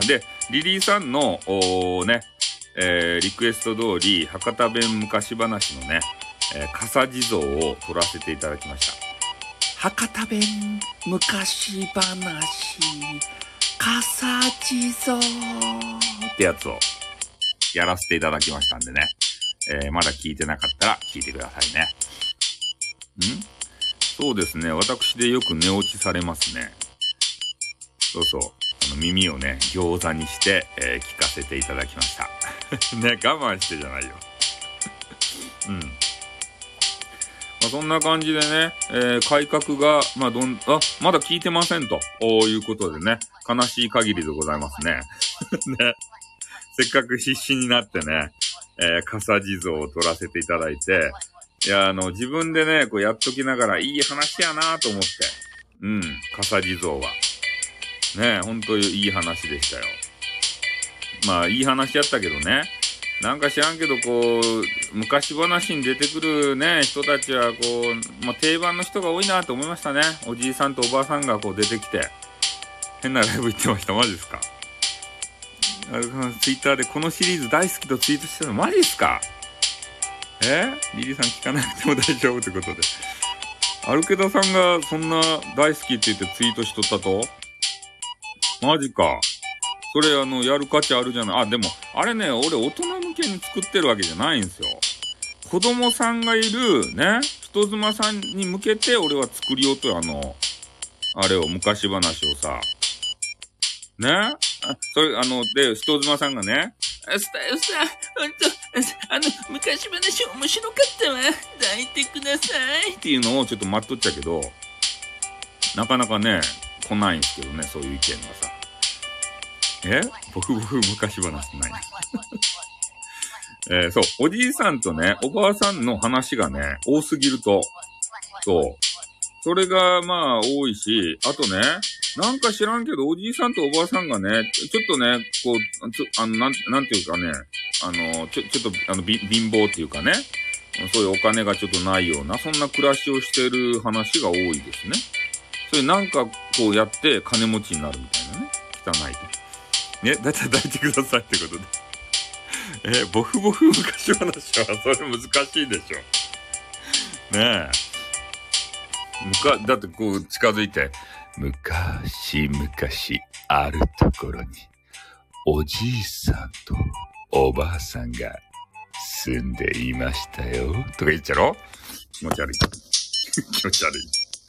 リリーさんの、おーね、えー、リクエスト通り、博多弁昔話のね、えー、笠地蔵を撮らせていただきました。博多弁昔話、笠地蔵ってやつをやらせていただきましたんでね。えー、まだ聞いてなかったら聞いてくださいね。ん？そうですね。私でよく寝落ちされますね。そうそう。あの耳をね、餃子にして、えー、聞かせていただきました。ね、我慢してじゃないよ。うん。まあ、そんな感じでね、えー、改革が、まあ、どん、あ、まだ聞いてませんと、いうことでね、悲しい限りでございますね。ね。せっかく必死になってね、えー、笠地蔵を撮らせていただいて、いや、あの、自分でね、こうやっときながらいい話やなと思って。うん、笠地蔵は。ね、ほんといい話でしたよ。まあ、いい話やったけどね。なんか知らんけど、こう、昔話に出てくるね、人たちは、こう、まあ、定番の人が多いなと思いましたね。おじいさんとおばあさんがこう出てきて、変なライブ行ってました。マジですか？ツイッターでこのシリーズ大好きとツイートしてたのマジですか？えリリーさん聞かなくても大丈夫ってことで。アルケダさんがそんな大好きって言ってツイートしとったと？マジか。それあの、やる価値あるじゃない。あ、でも、あれね、俺大人向けに作ってるわけじゃないんですよ。子供さんがいる、ね、人妻さんに向けて俺は作りようとあの、あれを、昔話をさ、ね、あ、それ、あの、で、人妻さんがね、スタイルさ、ほんと、あの、昔話面白かったわ。抱いてください。っていうのをちょっと待っとっちゃけど、なかなかね、来ないんですけどね、そういう意見がさ。えボフボフ昔話ない。えー、そう、おじいさんとね、おばあさんの話がね、多すぎると、そう。それがまあ多いし、あとね、なんか知らんけど、おじいさんとおばあさんがね、ちょっとね、こう、ちょ、あの、なん、なんていうかね、あの、ちょ、ちょっと、あの、び、貧乏っていうかね、そういうお金がちょっとないような、そんな暮らしをしてる話が多いですね。それなんかこうやって金持ちになるみたいなね。汚いと。ね、だいたい抱いてくださいってことで。えー、ボフボフ昔話はそれ難しいでしょ。ねえ。むか、だってこう近づいて、昔々あるところに、おじいさんとおばあさんが住んでいましたよ。とか言っちゃろ？気持ち悪い。気持ち悪い。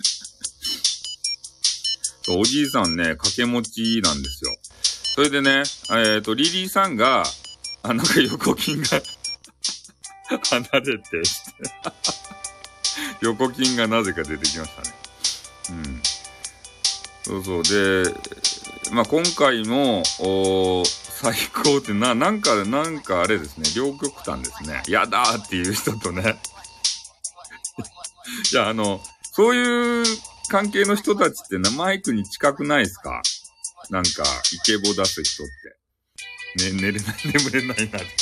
おじいさんね、掛け持ちなんですよ。それでね、えっと、リリーさんが、あ、なんか横筋が離れて横筋がなぜか出てきましたね。うん。そうそう。で、まあ、今回も、お最高ってな、なんか、なんかあれですね、両極端ですね。やだーっていう人とね。いや、あの、そういう関係の人たちってな、マイクに近くないですか？なんか、イケボ出す人って。ね、寝れない、眠れないなって。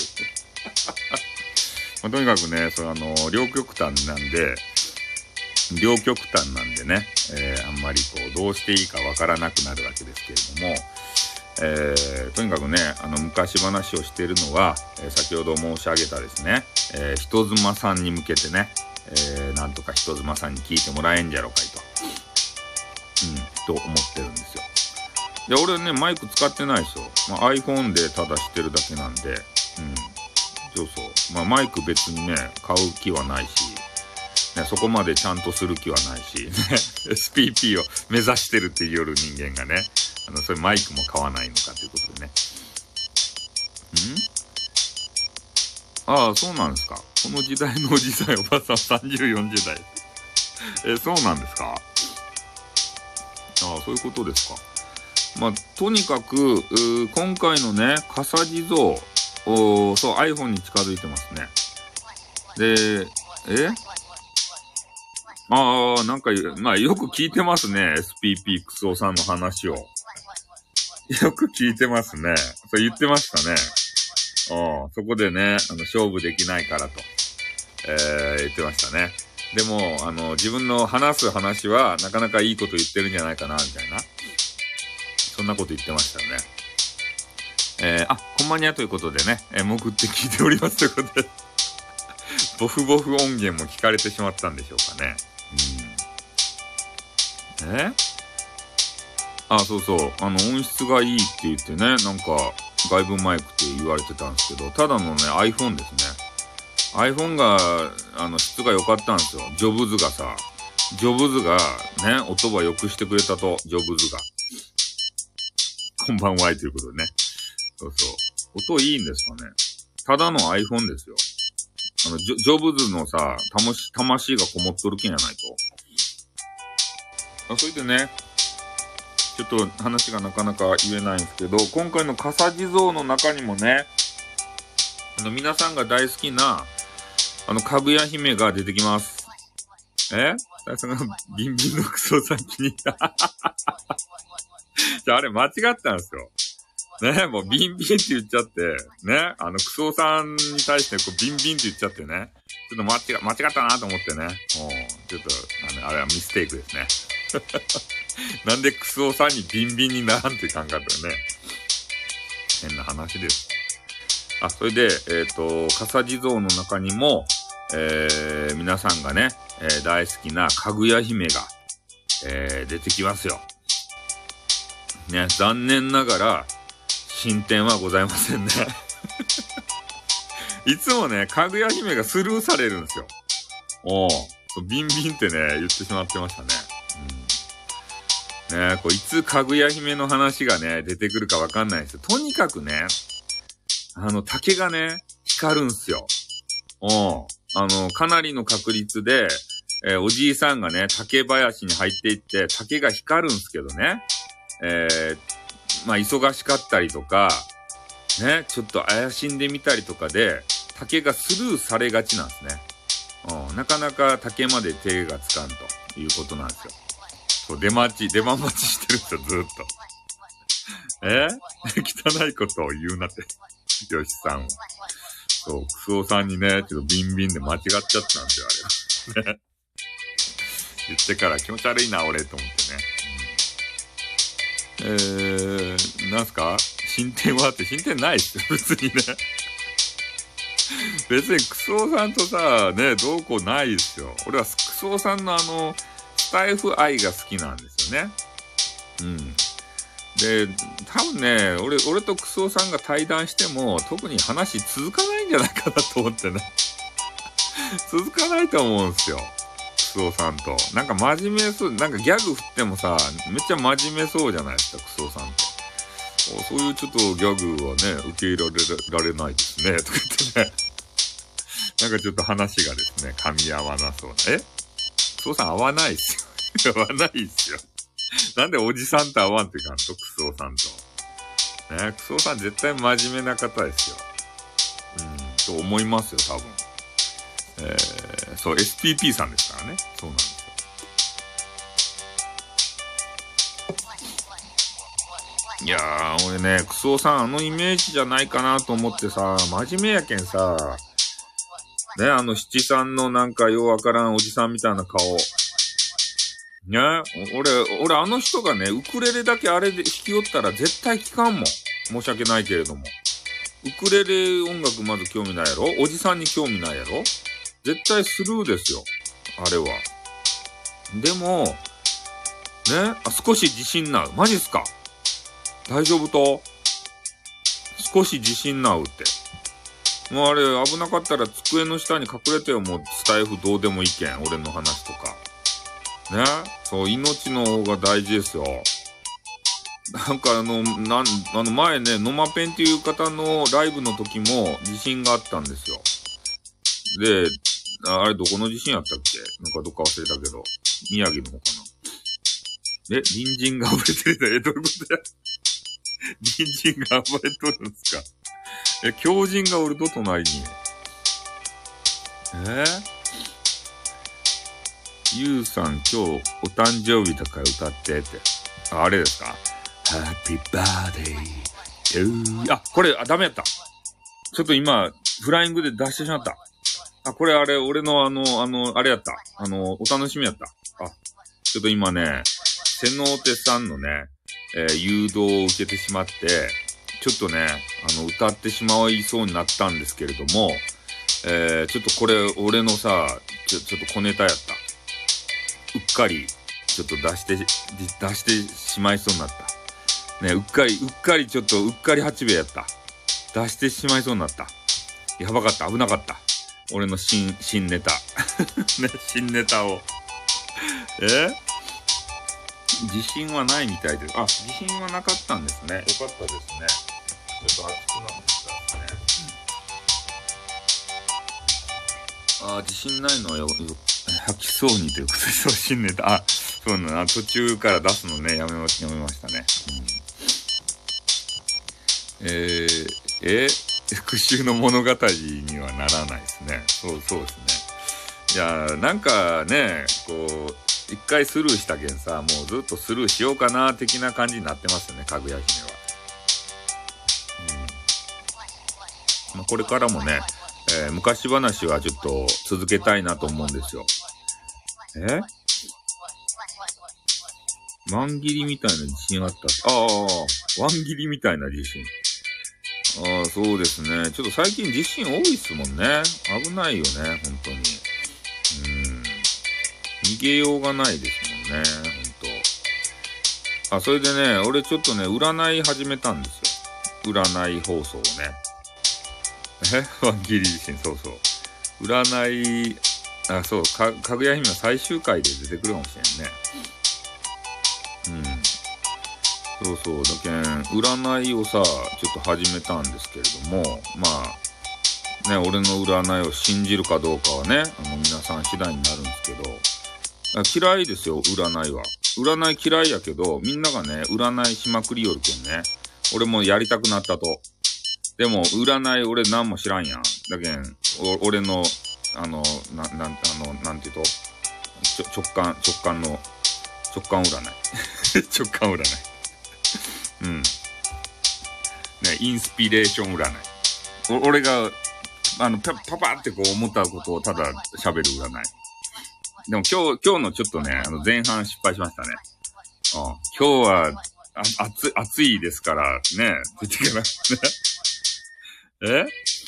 まあ、とにかくね、それあの、両極端なんで、両極端なんでね、えー、あんまりこう、どうしていいかわからなくなるわけですけれども、えー、とにかくね、あの、昔話をしているのは、えー、先ほど申し上げたですね、えー、人妻さんに向けてね、えー、なんとか人妻さんに聞いてもらえんじゃろかいと、うん、と思ってるんですよ。いや、俺ね、マイク使ってないですよ。まあ、iPhone でただ知ってるだけなんで、うん。そうそう。まあ、マイク別にね、買う気はないし、ね、そこまでちゃんとする気はないし、ね、エスピーピー を目指してるっていう夜人間がね、あの、それマイクも買わないのかということでね。ん？ああ、そうなんですか。この時代のおじさんおばさんさんじゅう、よんじゅう代。え、そうなんですか？ああ、そういうことですか。まあ、とにかく、今回のね、笠地蔵、おそう、iPhone に近づいてますね。で、えああ、なんか、まあ、よく聞いてますね。エスピーピー クソさんの話を。よく聞いてますね。そう言ってましたね。あそこでね、あの、勝負できないからと、えー、言ってましたね。でも、あの、自分の話す話は、なかなかいいこと言ってるんじゃないかな、みたいな。そんなこと言ってましたよね。 えー、あ、こんばんにゃということでね、えー、潜って聞いておりますということで、ボフボフ音源も聞かれてしまったんでしょうかね。うん、えあ、そうそう。あの、音質がいいって言ってね、なんか、外部マイクって言われてたんですけど、ただのね、iPhone ですね。iPhone が、あの、質が良かったんですよ。ジョブズがさ、ジョブズが、ね、音は良くしてくれたと、ジョブズが。こんばんは、ということでね。そうそう。音いいんですかね。ただの iPhone ですよ。あの、ジョ、ジョブズのさ、魂、魂がこもっとるけんやないと。あ、それでね、ちょっと話がなかなか言えないんですけど、今回の笠地蔵の中にもね、あの、皆さんが大好きな、あの、かぐや姫が出てきます。え大さんがビンビンのクソさん気に入った。じゃあ、あれ間違ったんですよ。ね、もうビンビンって言っちゃって、ね、あの、クソさんに対してこうビンビンって言っちゃってね、ちょっと間違、間違ったなと思ってね、もう、ちょっと、あの、あれはミステイクですね。なんでクソさんにビンビンにならんって考えたらね、変な話です。あ、それで、えっと、笠地蔵の中にも、えー、皆さんがね、えー、大好きなかぐや姫が、えー、出てきますよ。ね、残念ながら、進展はございませんね。いつもね、かぐや姫がスルーされるんですよ。おう、ビンビンってね、言ってしまってましたね。うん、ねこういつかぐや姫の話がね、出てくるかわかんないんですよ。とにかくね、あの、竹がね、光るんすよ。おう、あの、かなりの確率で、えー、おじいさんがね、竹林に入っていって、竹が光るんすけどね、えー、まあ、忙しかったりとか、ね、ちょっと怪しんでみたりとかで、竹がスルーされがちなんですね。うん、なかなか竹まで手がつかんということなんですよ。そう、出待ち、出番待ちしてるんですよ、ずーっと。え汚いことを言うなって。よしさんは。そう、クソさんにね、ちょっとビンビンで間違っちゃったんですよ、あれ。ね。言ってから気持ち悪いな、俺、と思ってね。えー、なんすか進展はって進展ないっすよ、別にね。別にクソさんとさ、ね、どうこうないっすよ。俺はクソさんのあの、スタイフ愛が好きなんですよね。うん。で、多分ね、俺、俺とクソさんが対談しても、特に話続かないんじゃないかなと思ってね。続かないと思うんですよ。クソさんと。なんか真面目そう、なんかギャグ振ってもさ、めっちゃ真面目そうじゃないですか、クソさんって。そういうちょっとギャグはね、受け入れられないですね、とか言ってね。なんかちょっと話がですね、噛み合わなそうな。えクソさん合わないっすよ。合わないっすよ。なんでおじさんと合わんってかんと、クソさんと。ね、クソさん絶対真面目な方ですよ。うん、と思いますよ、多分。えー、そう、エスティーピー さんですからね。そうなんですよ。いやー、俺ね、クソさんあのイメージじゃないかなと思ってさ、真面目やけんさ、ね、あの七三のなんかようわからんおじさんみたいな顔。ね、俺、俺あの人がね、ウクレレだけあれで弾きよったら絶対聴かんもん。申し訳ないけれども。ウクレレ音楽まず興味ないやろ？おじさんに興味ないやろ？絶対スルーですよ。あれは。でも、ね、あ、少し自信なう。マジっすか？大丈夫と？少し自信なうって。もうあれ危なかったら机の下に隠れてよ、もうスタイフどうでもいいけん。俺の話とか。ね。そう、命の方が大事ですよ。なんかあの、なん、あの前ね、ノマペンっていう方のライブの時も地震があったんですよ。で、あれどこの地震やったっけ？なんかどっか忘れたけど。宮城の方かな。え、隣人が暴れてる。え、どういうことや？隣人が暴れとるんですか？え、狂人がおると隣に。えー、ゆうさん今日お誕生日だから歌ってって。あ、あれですか？ Happy birthday to... あ、これ、あ、ダメやった。ちょっと今、フライングで出してしまった。あ、これあれ、俺のあの、あの、あれやった。あの、お楽しみやった。あ、ちょっと今ね、瀬能手さんのね、えー、誘導を受けてしまって、 ちょっとね、あの、歌ってしまいそうになったんですけれども、えー、ちょっとこれ、俺のさ、ちょ、ちょっと小ネタやった。うっかり、ちょっと出して、出してしまいそうになった。ね、うっかり、うっかりちょっと、うっかり八兵衛やった。出してしまいそうになった。やばかった、危なかった。俺の新、新ネタ。ね、新ネタを。え自信はないみたいです。あ、自信はなかったんですね。よかったですね。ちょっと熱くなってきたですね。あ、自信ないのはよ、よ吐きそうにということで、そう、新ネタ。あ、そうなの、途中から出すのね、やめま、やめましたね。うん、えー、え復讐の物語にはならないですね。そう、そうですね。いや、なんかね、こう、一回スルーしたけんさ、もうずっとスルーしようかな、的な感じになってますよね、かぐや姫は。うん。まあ、これからもね、えー、昔話はちょっと続けたいなと思うんですよ。えワン切りみたいな自信あった。ああ、ワン切りみたいな自信。ああ、そうですね。ちょっと最近自信多いっすもんね。危ないよね、本当に。うん。逃げようがないですもんね、本当。あ、それでね、俺ちょっとね、占い始めたんですよ。占い放送をね。えワン切り自信、そうそう。占い、あ、そう、か、かぐや姫の最終回で出てくるかもしれんね。うん。そうそう、だけん、占いをさ、ちょっと始めたんですけれども、まあ、ね、俺の占いを信じるかどうかはね、あの、皆さん次第になるんですけど、嫌いですよ、占いは。占い嫌いやけど、みんながね、占いしまくりよるけんね。俺もやりたくなったと。でも、占い俺何も知らんやん。だけん、お俺の、あの、な、なん、あの、なんていうと、ちょ、直感、直感の、直感占い。直感占い。うん。ね、インスピレーション占い。お俺が、あの、パパパってこう思ったことをただ喋る占い。でも今日、今日のちょっとね、あの前半失敗しましたね。うん、今日は、あ、暑い、暑いですから、ね、出てからえ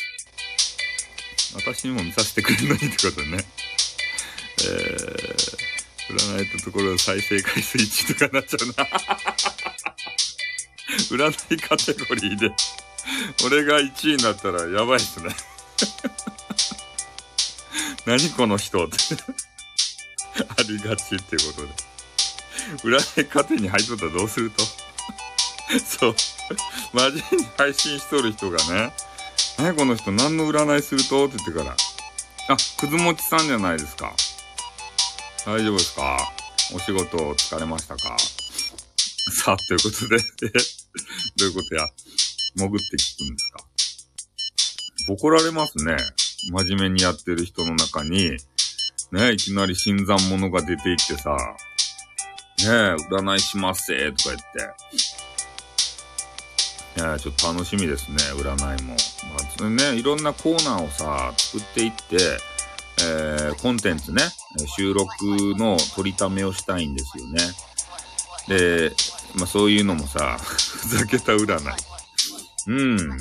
私にも見させてくれるのにってことね。えー、占いたところ再生回数いちとかなっちゃうな。占いカテゴリーで、俺がいちいになったらやばいっすね。何この人ってありがちっていうことで。占いカテに入っとったらどうするとそう。真面目に配信しとる人がね、何この人何の占いするとって言ってから、あ、くずもちさんじゃないですか。大丈夫ですか？お仕事疲れましたか？さあ、ということで、どういうことや？潜って聞くんですか？怒られますね。真面目にやってる人の中に、ね、いきなり新参者が出ていってさ、ねえ、占いしますせとか言って。いや、ちょっと楽しみですね、占いも。まあ、ね、いろんなコーナーをさ、作っていって、えー、コンテンツね、収録の取りためをしたいんですよね。で、まあそういうのもさ、ふざけた占い。うん、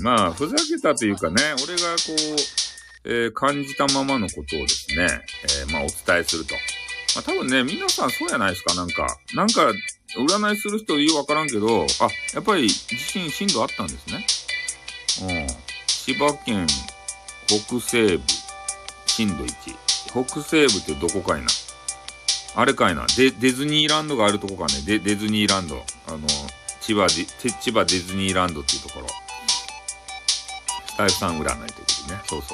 まあ、ふざけたというかね、俺がこう、えー、感じたままのことをですね、えー、まあお伝えすると。まあ多分ね、皆さんそうやないですか、なんか。なんか、占いする人よくわからんけど、あ、やっぱり地震震度あったんですね。うん。千葉県北西部、震度いち。北西部ってどこかいな。あれかいな。デ、ディズニーランドがあるとこかね。デ、ディズニーランド。あの、千葉ディ、千葉ディズニーランドっていうところ。スタイフさん占いということね。そうそう。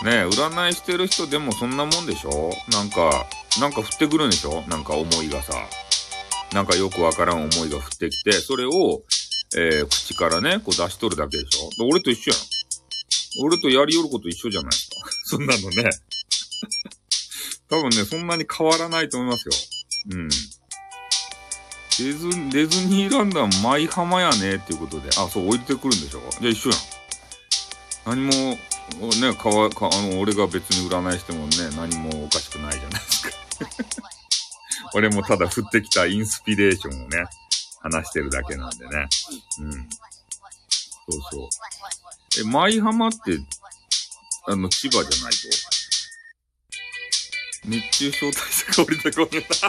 ねえ、占いしてる人でもそんなもんでしょ？なんか、なんか降ってくるんでしょ？なんか思いがさ。なんかよくわからん思いが降ってきて、それを、えー、口からね、こう出しとるだけでしょ？俺と一緒やん。俺とやりよること一緒じゃないですか。そんなのね。多分ね、そんなに変わらないと思いますよ。うん。ディズ、ディズニーランドは舞浜やねっていうことで、あ、そう置いてくるんでしょ？じゃあ一緒やん。何も、ね、かわ、か、あの、俺が別に占いしてもね、何もおかしくないじゃないですか。俺もただ降ってきたインスピレーションをね、話してるだけなんでね。うん。 そう。え、舞浜って、あの、千葉じゃないと熱中症対策降りてこねえな。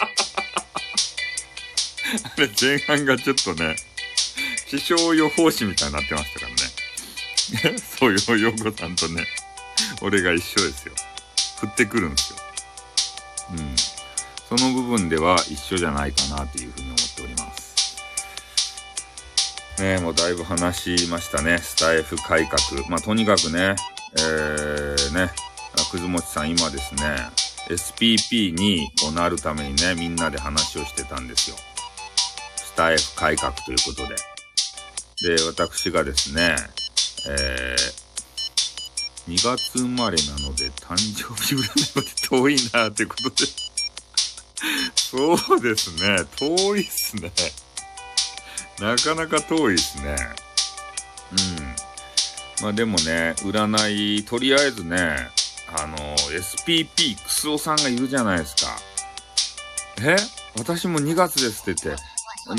あれ、前半がちょっとね、気象予報士みたいになってましたからね。そうよ、ヨコさんとね、俺が一緒ですよ。降ってくるんですよ。うん。その部分では一緒じゃないかなというふうに思っております。ね、もうだいぶ話しましたね。スタイフ改革。まあ、とにかくね、えー、ね、くずもちさん今ですね、エスピーピー にこうなるためにね、みんなで話をしてたんですよ。スタイフ改革ということで。で、私がですね、えー、にがつ生まれなので誕生日占いまで遠いなということで。そうですね、遠いっすね。なかなか遠いですね。うん。まあでもね、占い、とりあえずね、あの、エスピーピー クスオさんがいるじゃないですか。え私もにがつですって言って、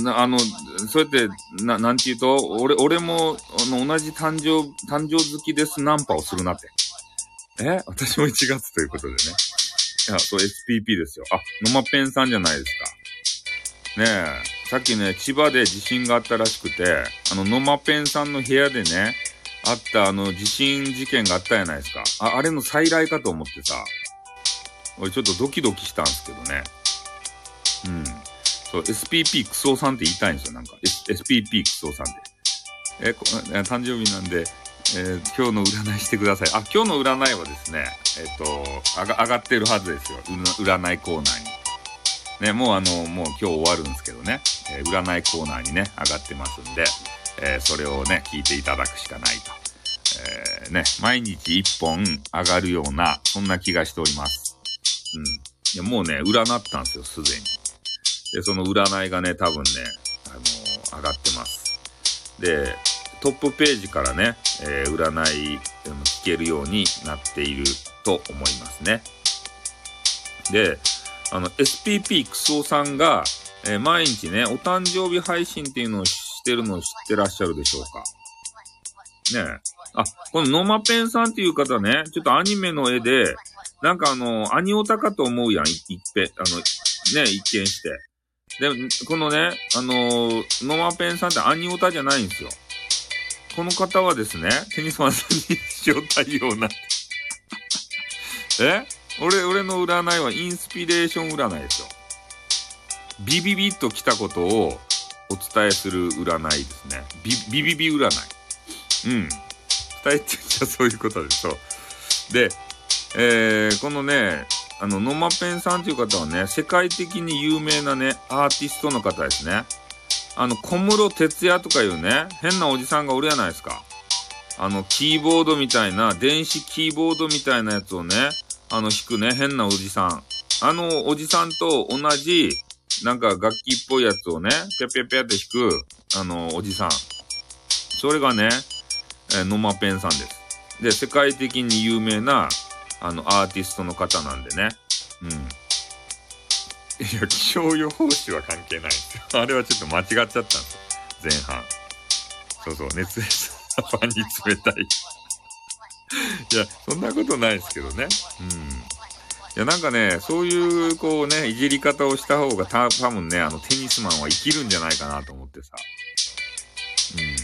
なあの、そうやって、な、なんて言うと、俺、俺も、あの、同じ誕生、誕生好きですナンパをするなって。え私もいちがつということでね。いや、そう、エスピーピー ですよ。あ、のまペンさんじゃないですか。ねえ、さっきね、千葉で地震があったらしくて、あの、のまペンさんの部屋でね、あったあの地震事件があったじゃないですか。あ、あれの再来かと思ってさ、俺ちょっとドキドキしたんですけどね。うん。そう、エスピーピー クソさんって言いたいんですよ、なんか。エスピーピー クソさんって。え、こ誕生日なんで、えー、今日の占いしてください。あ、今日の占いはですね、えっと、あが、上がってるはずですよ。占いコーナーに。ね、もうあの、もう今日終わるんですけどね、えー、占いコーナーにね、上がってますんで、えー、それをね、聞いていただくしかないと。えー、ね、毎日一本上がるような、そんな気がしております。うん。いや、もうね、占ったんですよ、すでに。で、その占いがね、多分ね、あのー、上がってます。で、トップページからね、えー、占い聞けるようになっていると思いますね。で、あの、エスピーピー クソさんが、えー、毎日ね、お誕生日配信っていうのをしてるのを知ってらっしゃるでしょうか。ねえ。あ、このノマペンさんっていう方ね、ちょっとアニメの絵で、なんかあの、アニオタかと思うやん、いっぺ、あの、ね、一見して。で、このね、あのー、ノマペンさんってアニオタじゃないんですよ。この方はですね、テニスマンさんに塩対応な。え俺、俺の占いはインスピレーション占いですよ。ビビビッと来たことをお伝えする占いですね。ビビビビ占い。うん。伝えてんじゃそういうことです。そう。で、えー、このね、あの、ノマペンさんという方はね、世界的に有名なね、アーティストの方ですね。あの、小室哲也とかいうね、変なおじさんがおるやないですか。あの、キーボードみたいな、電子キーボードみたいなやつをね、あの、弾くね、変なおじさん。あの、おじさんと同じ、なんか楽器っぽいやつをね、ぴゃぴゃぴゃって弾く、あの、おじさん。それがね、えー、ノマペンさんです。で、世界的に有名な、あの、アーティストの方なんでね。うん。いや、気象予報士は関係ないんですよ。あれはちょっと間違っちゃったんですよ。前半。そうそう、熱烈なファンに冷たい。いや、そんなことないですけどね。うん。いや、なんかね、そういう、こうね、いじり方をした方がた、多分ね、あの、テニスマンは生きるんじゃないかなと思ってさ。うん。え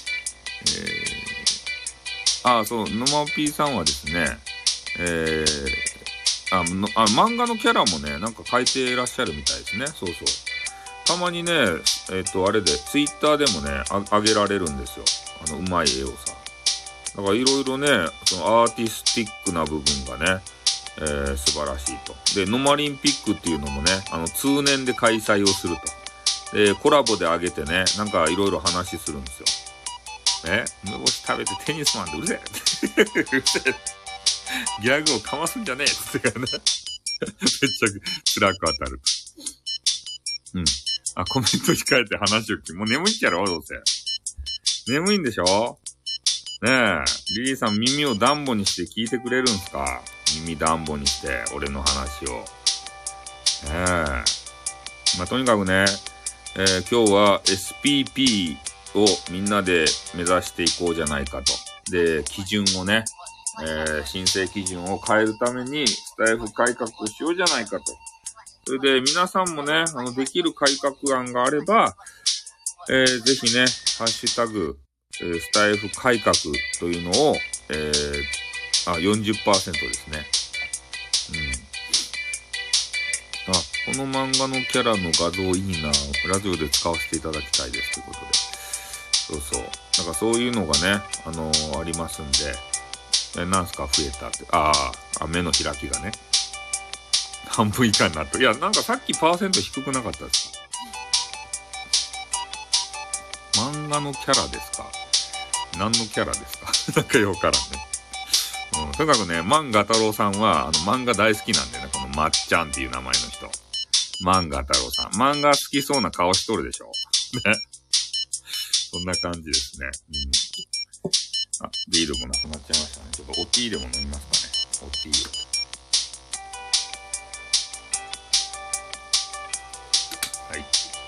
ー、あ、そう、ノマピーさんはですね、えー、あのあ漫画のキャラもね、なんか描いてらっしゃるみたいですね。そうそう。たまにね、えっと、あれで、ツイッターでもね、ああげられるんですよ。あの、うまい絵をさ。だからいろいろね、そのアーティスティックな部分がね、えー、素晴らしいと。で、ノマリンピックっていうのもね、あの、通年で開催をすると。で、コラボで上げてね、なんかいろいろ話するんですよ。え梅干し食べてテニスマンでうるせえうるせえギャグをかますんじゃねえってからね。めっちゃ辛く当たる。うん。あ、コメント控えて話を聞き、もう眠いっちゃろ、どうせ。眠いんでしょねえ。リリーさん耳を暖房にして聞いてくれるんすか？耳暖房にして、俺の話を。ねえ。まあ、とにかくね、えー、今日は エスピーピーをみんなで目指していこうじゃないかと。で、基準をね、えー、申請基準を変えるためにスタイフ改革をしようじゃないかと。それで皆さんもね、あの、できる改革案があれば、えー、ぜひね、ハッシュタグ、えー、スタイフ改革というのを、えー、あ、よんじゅっパーセント ですね。うん。あ、この漫画のキャラの画像いいな。ラジオで使わせていただきたいですということで。そうそう。なんかそういうのがね、あのー、ありますんで、え、なんすか増えたって。ああ、目の開きがね。半分以下になった。いや、なんかさっきパーセント低くなかったですか？漫画のキャラですか？何のキャラですか？なんかようからんね。うん、とにかくね、漫画太郎さんは、あの、漫画大好きなんでね、このまっちゃんっていう名前の人。漫画太郎さん。漫画好きそうな顔しとるでしょ？ね。そんな感じですね。うん。あ、ビールもなくなっちゃいましたね。ちょっとおティーでも飲みますかね。おティーを。はい。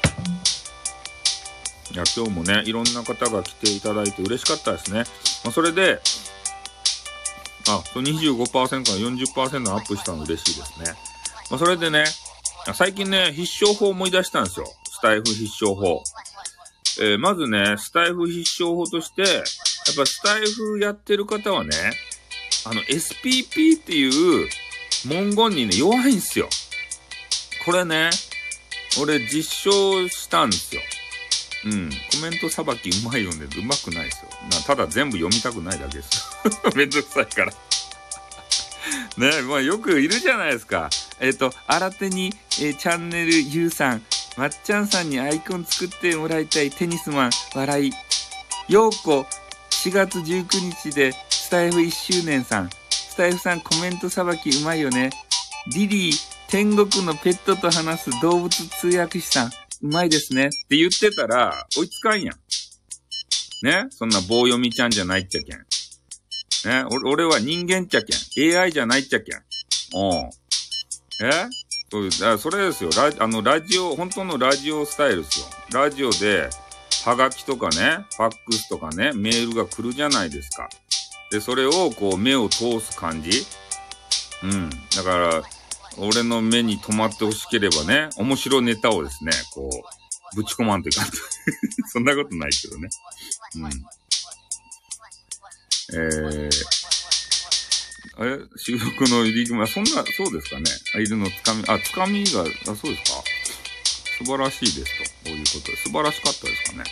いや、今日もね、いろんな方が来ていただいて嬉しかったですね。まあ、それで、あ、にじゅうごパーセント から よんじゅっパーセント アップしたの嬉しいですね。まあ、それでね、最近ね、必勝法を思い出したんですよ。スタイフ必勝法。えー、まずね、スタイフ必勝法として、やっぱスタイフやってる方はね、あの エスピーピー っていう文言にね、弱いんすよ。これね、俺実証したんですよ。うん。コメントさばきうまいよね。うまくないですよ。なただ全部読みたくないだけですよ。めんどくさいから。ね、まあよくいるじゃないですか。えっ、ー、と、新手に、えー、チャンネルゆうさん、まっちゃんさんにアイコン作ってもらいたいテニスマン、笑い。ようこ、しがつじゅうくにちでスタイフいっしゅうねんさん。スタイフさんコメントさばきうまいよね。リリー、天国のペットと話す動物通訳士さん。うまいですね。って言ってたら、追いつかんやん。ね、そんな棒読みちゃんじゃないっちゃけん。ね、俺は人間っちゃけん。エーアイ じゃないっちゃけん。うん。えそうだ、それですよ。ラあの、ラジオ、本当のラジオスタイルですよ。ラジオで、はがきとかね、ファックスとかね、メールが来るじゃないですか。で、それをこう、目を通す感じ。うん。だから、俺の目に留まってほしければね、面白ネタをですね、こう、ぶち込まんといかんと。そんなことないけどね。うん。えー、あれ収録の入り組み、そんな、そうですかね。あ、いるのつかみ、あ、つかみが、あ、そうですか。素晴らしいですと。こういうことで。素晴らしかったですかね。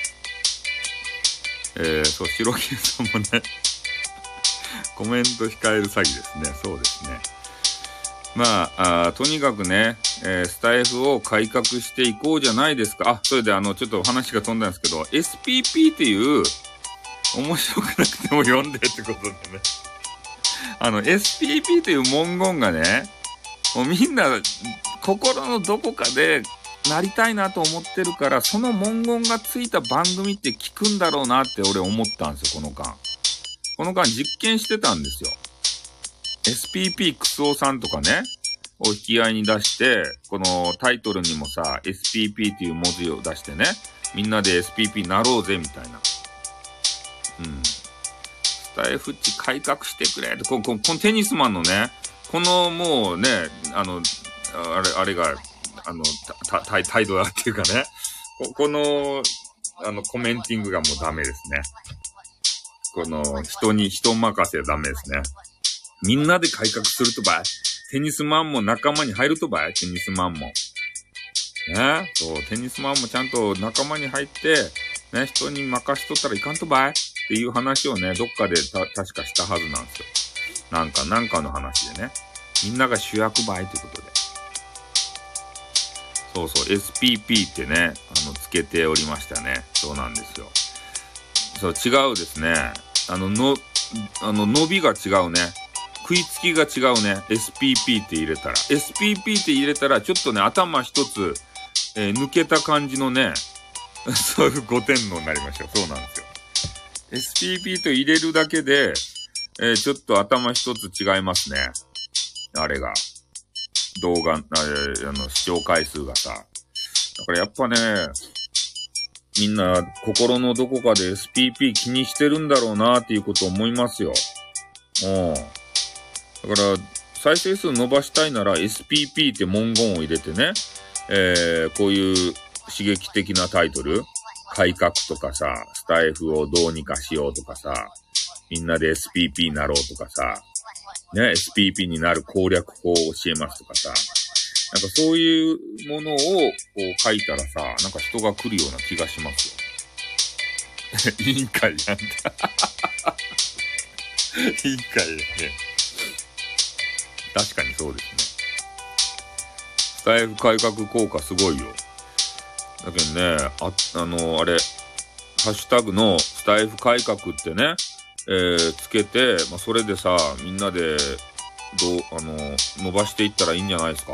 えー、そう、白木さんもね、コメント控える詐欺ですね。そうですね。まあ、あとにかくね、えー、スタイフを改革していこうじゃないですか。あ、それであの、ちょっと話が飛んだんですけど、エスピーピー っていう、面白くなくても読んでってことでね。あの、エスピーピー という文言がね、もうみんな、心のどこかで、なりたいなと思ってるから、その文言がついた番組って聞くんだろうなって俺思ったんですよ、この間。この間実験してたんですよ。エスピーピー クソさんとかね、を引き合いに出して、このタイトルにもさ、エスピーピー っていう文字を出してね、みんなで エスピーピー なろうぜ、みたいな。うん。スタイフっち改革してくれって、この、このテニスマンのね、このもうね、あの、あれ、あれが、あの、た、た、態度だっていうかね、こ、この、あの、コメンティングがもうダメですね。この、人に、人任せはダメですね。みんなで改革するとばい。テニスマンも仲間に入るとばい。テニスマンも。ね。そう、テニスマンもちゃんと仲間に入って、ね、人に任しとったらいかんとばい。っていう話をね、どっかでた、確かしたはずなんですよ。なんか、なんかの話でね。みんなが主役ばいということで。そうそう、エスピーピー ってね、あの、つけておりましたね。そうなんですよ。そう、違うですね。あの、の、あの、伸びが違うね。食いつきが違うね。エスピーピー って入れたら。エスピーピー って入れたら、ちょっとね、頭一つ、えー、抜けた感じのね、そういうごてんのになりましたよ。そうなんですよ。エスピーピー と入れるだけで、えー、ちょっと頭一つ違いますね。あれが。動画、あ, あの、視聴回数がさ。だからやっぱね、 みんな心のどこかで エスピーピー 気にしてるんだろうなっていうことを思いますよ。うん。だから再生数伸ばしたいなら エスピーピー って文言を入れてね、えー、こういう刺激的なタイトル、改革とかさ、スタイフをどうにかしようとかさ、みんなで エスピーピー になろうとかさ、ね、エスピーピー になる攻略法を教えますとかさ、なんかそういうものをこう書いたらさ、なんか人が来るような気がしますよ。委員会なんだ。委員会ね。確かにそうですね。スタイフ改革効果すごいよ。だけどね、あ、あの、あれ、ハッシュタグのスタイフ改革ってね、えー、つけて、まあ、それでさ、みんなで、どう、あの、伸ばしていったらいいんじゃないですか。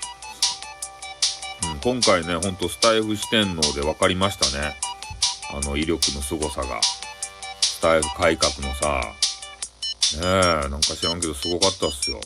うん、今回ね、ほんとスタイフ四天王で分かりましたね。あの、威力の凄さが。スタイフ改革のさ、ねえ、なんか知らんけどすごかったっすよ。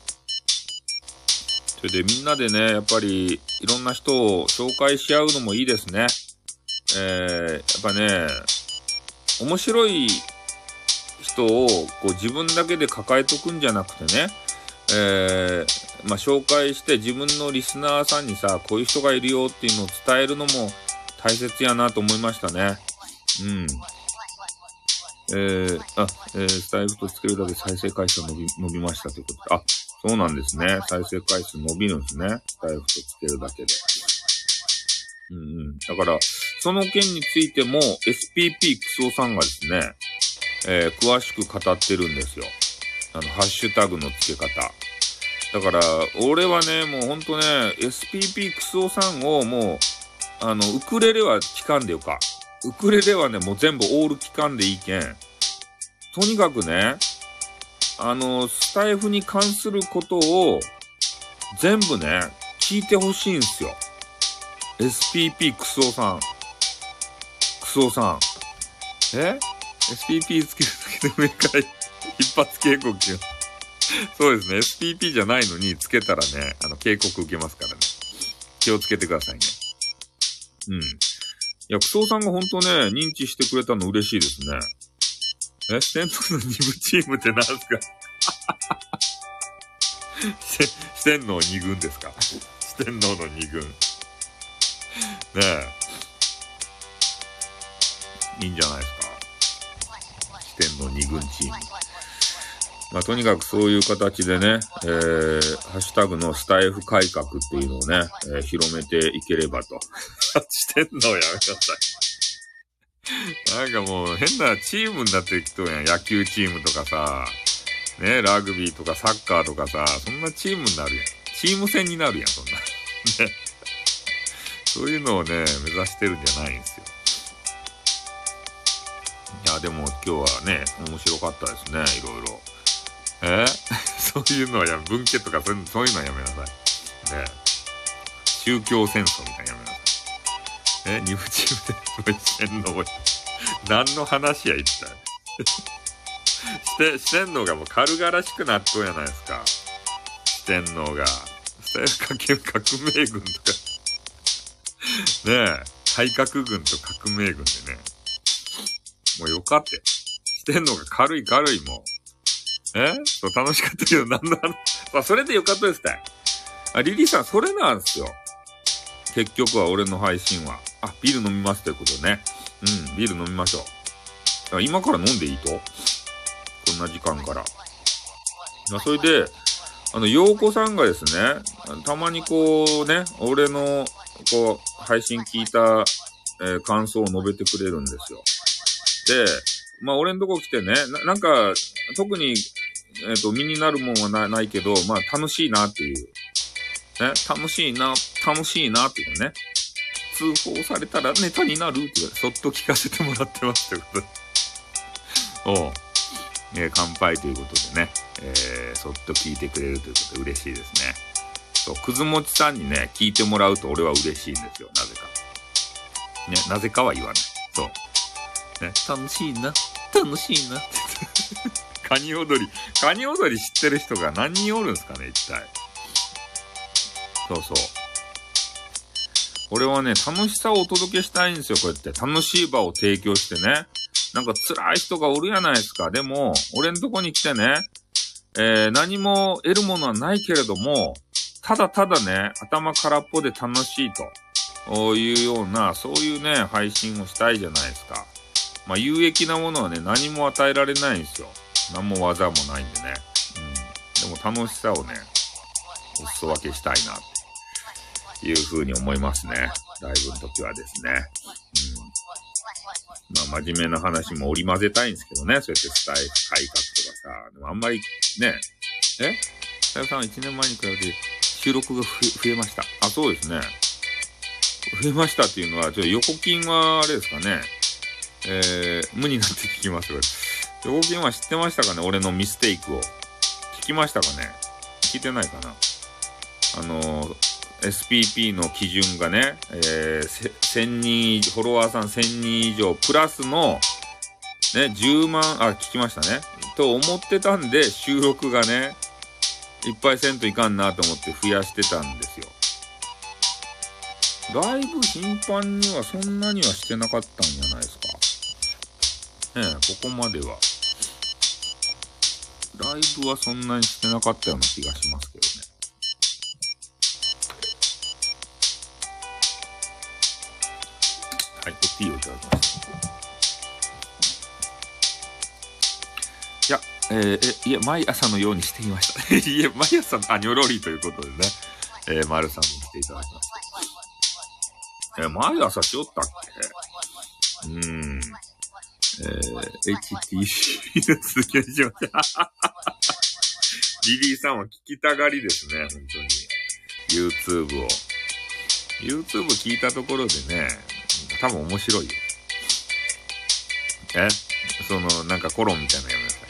それでみんなでね、やっぱりいろんな人を紹介し合うのもいいですね。えー、やっぱね、面白い人をこう自分だけで抱えとくんじゃなくてね、えー、まあ、紹介して自分のリスナーさんにさ、こういう人がいるよっていうのを伝えるのも大切やなと思いましたね。うん。えー、あ、えー、スタイフとつけるだけ再生回数伸び、伸びましたということで。あ、そうなんですね。再生回数伸びるんですね。スタイフとつけるだけで。うんうん。だから、その件についても エスピーピー クソさんがですね、えー、詳しく語ってるんですよ。あの、ハッシュタグの付け方。だから、俺はね、もうほんとね、エスピーピー クソさんをもう、あの、ウクレレは聞かんでよか。ウクレレはね、もう全部オール聞かんでいいけん。とにかくね、あの、スタイフに関することを全部ね、聞いてほしいんすよ。エスピーピー クソさん。クソさん。え ?エスピーピー つけるだけで上から一発警告よ。そうですね。エスピーピー じゃないのにつけたらね、あの、警告受けますからね。気をつけてくださいね。うん。いや、クソさんがほんとね、認知してくれたの嬉しいですね。え、四天王の二部チームって何すか四天王二軍ですか四天王の二軍。ねえ。いいんじゃないですか。四天王二軍チーム。まあ、とにかくそういう形でね、えー、ハッシュタグのスタイフ改革っていうのをね、えー、広めていければと。四天王やめなさい。なんかもう変なチームになってきとるやん。野球チームとかさ、ね、ラグビーとかサッカーとかさ、そんなチームになるやん。チーム戦になるやん、そんな。ね。そういうのをね、目指してるんじゃないんですよ。いや、でも今日はね、面白かったですね、いろいろ。えそういうのはや、文系とかそういう、そういうのはやめなさい。ね。宗教戦争みたいなやめなさい。え、二部チームで四天王。何の話や、一体。して、四天王がもう軽々しくなっとうやないですか。四天王が。スタイル革命軍とか。ねえ。改革軍と革命軍でね。もうよかって。四天王が軽い軽いもう。えそう、楽しかったけど、なんだろう。まあ、それでよかったですね。あ、リリーさん、それなんですよ。結局は俺の配信は。あ、ビール飲みますということね。うん、ビール飲みましょう。あ、今から飲んでいいとこんな時間から。あ、それで、あの、陽子さんがですね、たまにこうね、俺の、こう、配信聞いた、えー、感想を述べてくれるんですよ。で、まあ、俺んとこ来てね、な、なんか、特に、えっと、身になるもんはな、ないけど、まあ、楽しいなっていう。ね、楽しいな、楽しいなっていうね。通報されたらネタになるってそっと聞かせてもらってますということで。おう。えー、乾杯ということでね、えー、そっと聞いてくれるということで嬉しいですね。そう、くずもちさんにね、聞いてもらうと俺は嬉しいんですよ、なぜか。ね、なぜかは言わない。そう。ね、楽しいな、楽しいなって。カニ踊り、カニ踊り知ってる人が何人おるんすかね、一体。そうそう。 俺はね、楽しさをお届けしたいんですよ、こうやって。楽しい場を提供してね。なんか辛い人がおるやないですか。でも、俺んとこに来てね、えー、何も得るものはないけれども、ただただね、頭空っぽで楽しいというような、そういうね、配信をしたいじゃないですか。まあ、有益なものはね、何も与えられないんですよ。何も技もないんでね。うん。でも楽しさをね、お裾分けしたいな、というふうに思いますね。ライブの時はですね。うん。まあ、真面目な話も織り交ぜたいんですけどね。そうやってスタイル改革とかさ。でもあんまり、ね。えさよさんはいちねんまえに比べて収録が増えました。あ、そうですね。増えましたっていうのは、ちょっと横金はあれですかね。えー、無になって聞きますよ。横金は知ってましたかね、俺のミステイクを。聞きましたかね。聞いてないかな。あのー、エスピーピー の基準がね、えー、せんにん、フォロワーさんせんにん以上、プラスの、ね、じゅうまん、あ、聞きましたね。と思ってたんで、収録がね、いっぱいせんといかんなと思って増やしてたんですよ。ライブ頻繁にはそんなにはしてなかったんじゃないですか。ねえ、ここまでは。ライブはそんなにしてなかったような気がしますけどね。はい、おティーをいただきました。いや、えー、え、いや、毎朝のようにしていました。いや、毎朝、あ、ニョロリということでね、えー、マルさんに来ていただきました。えー、毎朝しよったっけ？うーん。えー、エイチティーシー の続きをしました。リリーさんは聞きたがりですね、本当に。YouTube を。YouTube 聞いたところでね、多分面白いよ。え？その、なんかコロンみたいなのやめなさい。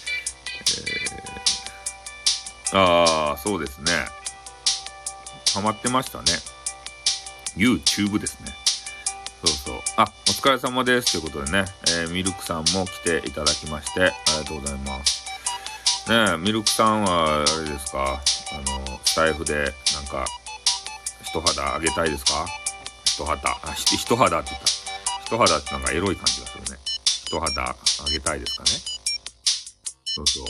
えー、あー、そうですね。ハマってましたね。YouTube ですね。そうそう。あ、お疲れ様です。ということでね、えー、ミルクさんも来ていただきまして、ありがとうございます。ねえ、ミルクさんは、あれですか、あの、スタイフで、なんか、一肌あげたいですか？一肌、あ、ひ、一肌って言った。一肌ってなんかエロい感じがするね。一肌あげたいですかね。そうそう。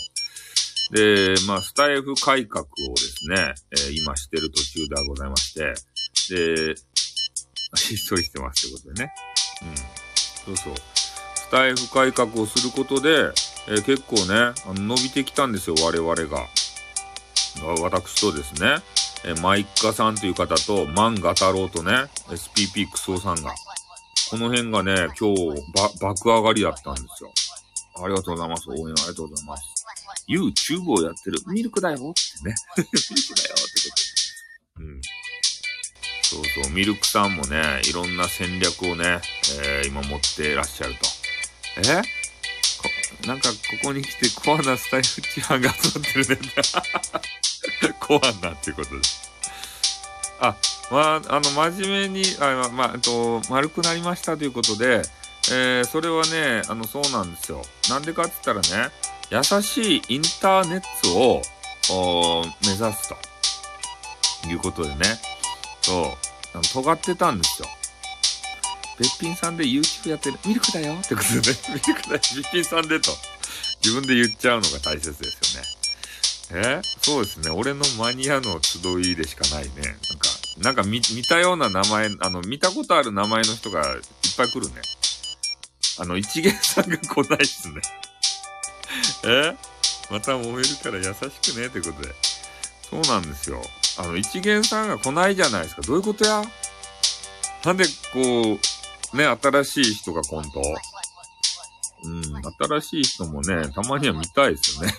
で、まあ、スタイフ改革をですね、えー、今してる途中ではございまして、で、ひっそりしてますということでね。うん。そうそう。スタイフ改革をすることで、えー、結構ね、あの伸びてきたんですよ、我々が。私とですね、えー、マイッカさんという方と、マンガ太郎とね、エスピーピー クソさんが。この辺がね、今日、ば、爆上がりだったんですよ。ありがとうございます。応援ありがとうございます。YouTube をやってる、ミルクだよってね。ミルクだよってことで。うん。そうそう、ミルクさんもね、いろんな戦略をね、えー、今持ってらっしゃると。えなんかここに来てコアなスタイフチハンが集まってるね。コアなっていうことです。あ、まあ、あの、真面目に、あ、まあ、えっと、丸くなりましたということで、えー、それはね、あの、そうなんですよ。なんでかって言ったらね、優しいインターネットを目指すということでね、そう、あの尖ってたんですよ。べっぴんさんで YouTube やってるミルクだよってことでね、ミルクだよ、べっぴんさんでと自分で言っちゃうのが大切ですよね。えそうですね。俺のマニアの集いでしかないね。なんか、なんか見、見たような名前、あの、見たことある名前の人がいっぱい来るね。あの、一元さんが来ないっすね。えまた揉めるから優しくねってことで。そうなんですよ。あの、一元さんが来ないじゃないですか。どういうことや？なんで、こう、ね、新しい人が来んと。うん、新しい人もね、たまには見たいですよね。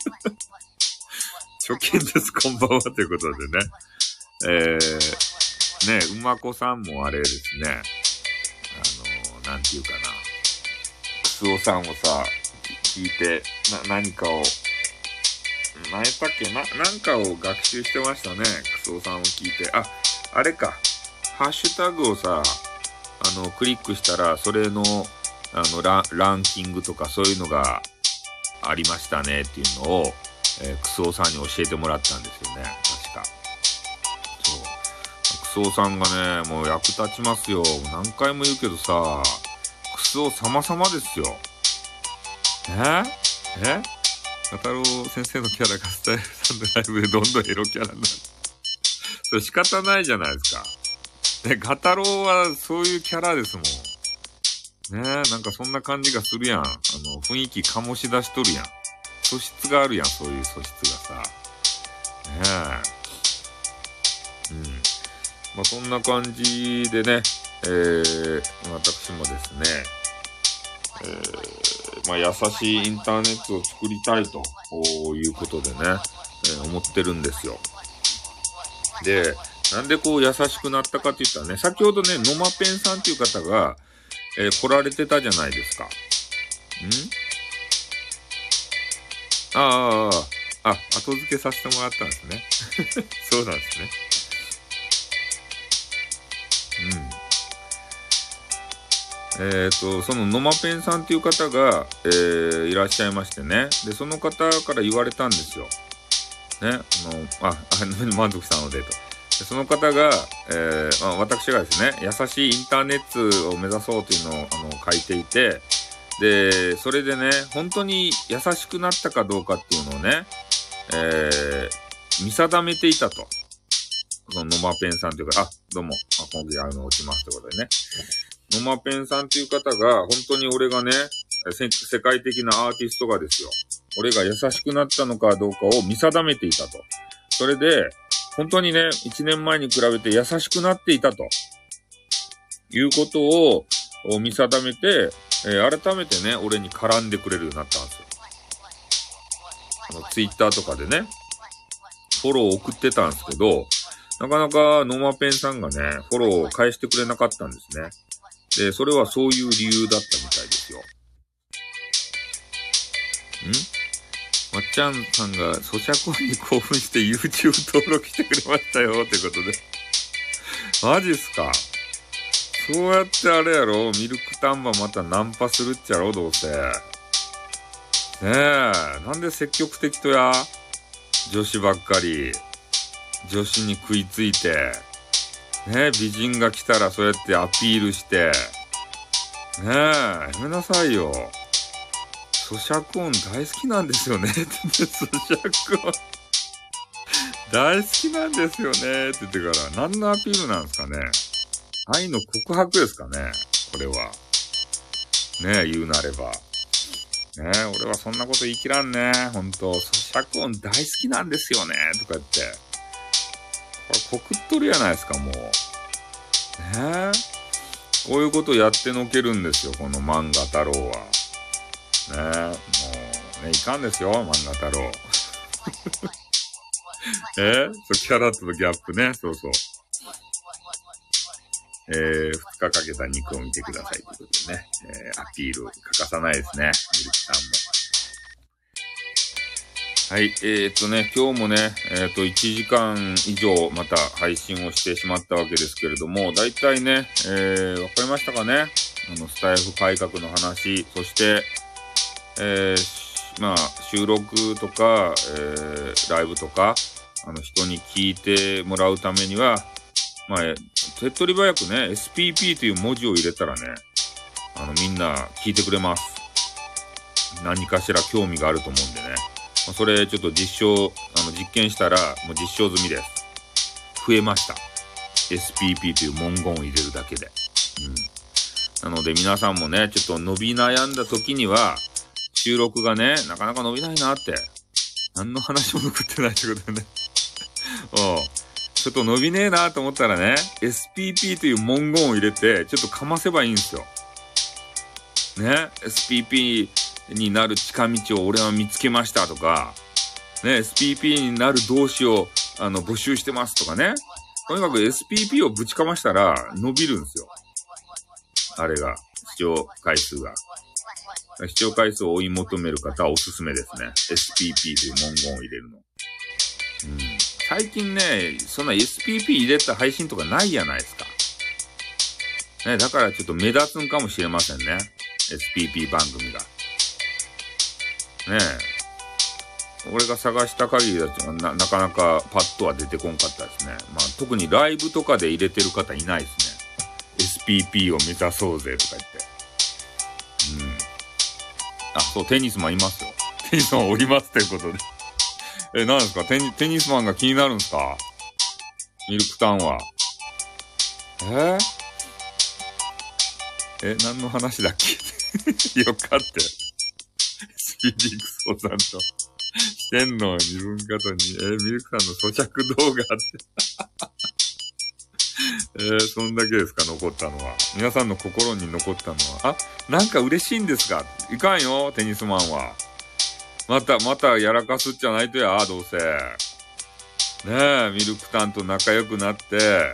初見です、こんばんは、ということでね。えー、ね、うまこさんもあれですね。あの、なんていうかな。くすおさんをさ、聞いて、な、何かを、何やったっけな、なんかを学習してましたね。くすおさんを聞いて。あ、あれか。ハッシュタグをさ、あの、クリックしたら、それの、あのラ、ランキングとかそういうのがありましたねっていうのを、えー、クソさんに教えてもらったんですよね。確か。そう。クソーさんがね、もう役立ちますよ。何回も言うけどさ、クソ様々ですよ。ええガタロウ先生のキャラがスタイルさんのライブでどんどんエロキャラになる。それ仕方ないじゃないですか。ね、ガタロウはそういうキャラですもん。ねえ、なんかそんな感じがするやん。あの、雰囲気醸し出しとるやん。素質があるやん、そういう素質がさ。ねえ。うん。まあ、そんな感じでね、えー、私もですね、えー、まあ、優しいインターネットを作りたいということでね、えー、思ってるんですよ。で、なんでこう優しくなったかって言ったらね、先ほどね、ノマペンさんっていう方が、えー、来られてたじゃないですか。んああ、あ、後付けさせてもらったんですね。そうなんですね。うん。えっと、そのノマペンさんっていう方が、えー、いらっしゃいましてね。で、その方から言われたんですよ。ね。あの、あ、あ満足したのでと。でその方が、えー、まあ、私がですね、優しいインターネットを目指そうというのをあの書いていて、で、それでね、本当に優しくなったかどうかっていうのをね、えー、見定めていたと。そのノマペンさんというか、あ、どうも、あ、今期あの、落ちますということでね。ノマペンさんという方が、本当に俺がね、世界的なアーティストがですよ、俺が優しくなったのかどうかを見定めていたと。それで、本当にね、一年前に比べて優しくなっていたと。いうことを見定めて、えー、改めてね、俺に絡んでくれるようになったんですよ。あの、ツイッターとかでね、フォローを送ってたんですけど、なかなかノマペンさんがね、フォローを返してくれなかったんですね。で、それはそういう理由だったみたいですよ。んまっちゃんさんが咀嚼音に興奮して YouTube 登録してくれましたよ、ということで。マジっすか。そうやってあれやろ、ミルクタンバまたナンパするっちゃろ、どうせ。ねえ、なんで積極的とや、女子ばっかり。女子に食いついて。ねえ、美人が来たらそうやってアピールして。ねえ、やめなさいよ。咀嚼音大好きなんですよね。って咀嚼音大好きなんですよね。って言ってから、何のアピールなんですかね。愛の告白ですかね、これは。ねえ、言うなれば。ねえ、俺はそんなこと言い切らんね。ほんと、咀嚼音大好きなんですよね。とか言って。これ告っとるやないですか、もう。ねえ。こういうことやってのけるんですよ、この漫画太郎は。ねえ、もう、ね、いかんですよ、漫画太郎。えそう、キャラとのギャップね、そうそう。えー、二日かけた肉を見てくださいということでね、えー、アピール欠かさないですね、ミルクさんも。はい、えー、っとね、今日もね、えー、っと、いちじかん以上また配信をしてしまったわけですけれども、だいたいね、えー、わかりましたかね、あの、スタイフ改革の話、そして、えー、まあ、収録とか、えー、ライブとか、あの、人に聞いてもらうためには、まあ、手っ取り早くね、エスピーピー という文字を入れたらね、あの、みんな聞いてくれます。何かしら興味があると思うんでね。まあ、それちょっと実証、あの、実験したら、もう実証済みです。増えました。エスピーピー という文言を入れるだけで。うん。なので皆さんもね、ちょっと伸び悩んだ時には、収録がね、なかなか伸びないなって。何の話も残ってないってことでね。おう。ちょっと伸びねえなと思ったらね、エスピーピー という文言を入れて、ちょっとかませばいいんですよ。ね、エスピーピー になる近道を俺は見つけましたとか、ね、エスピーピー になる動詞を、あの、募集してますとかね。とにかく エスピーピー をぶちかましたら伸びるんですよ。あれが、視聴回数が。視聴回数を追い求める方はおすすめですね。エスピーピー という文言を入れるの。うん。最近ね、そんな エスピーピー 入れた配信とかないやないですか。ね、だからちょっと目立つんかもしれませんね。エスピーピー 番組が。ね俺が探した限りだとな、なかなかパッとは出てこんかったですね。まあ、特にライブとかで入れてる方いないですね。エスピーピー を目指そうぜとか言って。うん。あ、そう、テニスマンいますよ。テニスマンおりますということで。え、何ですかテニ、テニスマンが気になるんですか？ミルクタンは。えー、え、何の話だっけよかった。スピリックソさんとしてんの自分方に、えー、ミルクさんの咀嚼動画ってえー、そんだけですか残ったのは。皆さんの心に残ったのは。あ、なんか嬉しいんですか？いかんよ、テニスマンは。また、またやらかすっちゃないとや、どうせ。ねえ、ミルクタンと仲良くなって、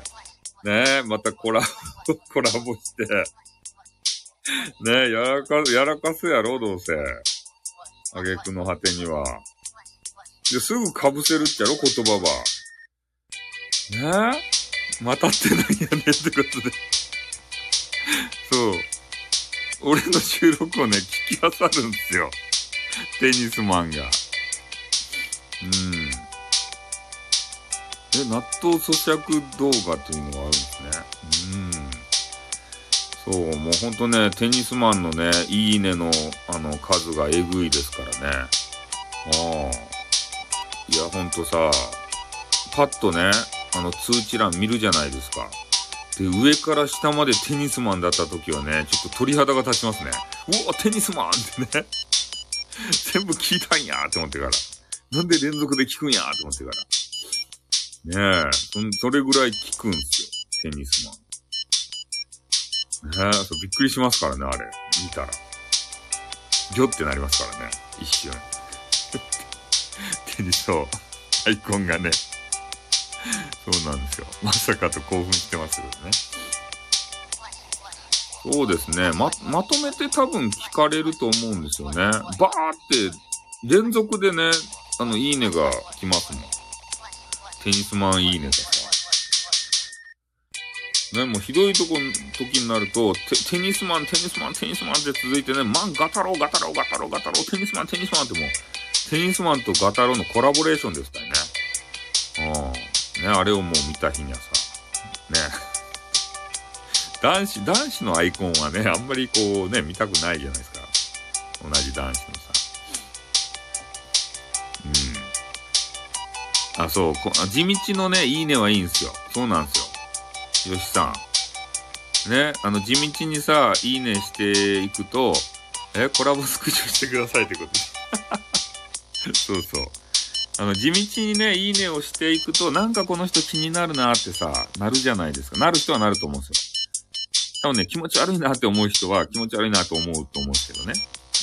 ねえ、またコラボ、コラボして、ねえ、やらか、やらかすやろ、どうせ。挙句の果てには。で、すぐ被せるっちゃろ、言葉は。ねえ、またってなんやねんってことで。そう。俺の収録をね、聞き漁るんですよ。テニスマンが。うん。え、納豆咀嚼動画っていうのがあるんですね。うん。そう、もうほんとね、テニスマンのね、いいねの、あの、数がえぐいですからね。ああ。いや、ほんとさ、パッとね、あの、通知欄見るじゃないですか。で、上から下までテニスマンだった時はね、ちょっと鳥肌が立ちますね。うわ、テニスマンってね。全部聞いたんやって思ってから。なんで連続で聞くんやって思ってから。ねえ、そ、それぐらい聞くんすよ。テニスマン。ねえ、そう、びっくりしますからね、あれ。見たら。ギョってなりますからね。一瞬。テニスを、アイコンがね。そうなんですよ。まさかと興奮してますけどね。そうですね。ま、まとめて多分聞かれると思うんですよね。バーって連続でね、あの、いいねが来ますもん。テニスマンいいねとか。ね、もうひどいとこ、時になると、テ、テニスマン、テニスマン、テニスマンって続いてね、マン、ガタロウ、ガタロウ、ガタロウ、ガタロウ、テニスマン、テニスマンってもう、テニスマンとガタロウのコラボレーションですからね。うん。ね、あれをもう見た日にはさ、ね。男子、男子のアイコンはね、あんまりこうね、見たくないじゃないですか。同じ男子のさ。うん。あ、そう、こ地道のね、いいねはいいんすよ。そうなんですよ。よしさん。ね、あの、地道にさ、いいねしていくと、え、コラボスクショしてくださいってことで。そうそう。あの、地道にね、いいねをしていくと、なんかこの人気になるなってさ、なるじゃないですか。なる人はなると思うんですよ。多分ね、気持ち悪いなって思う人は気持ち悪いなと思うと思うんですけどね。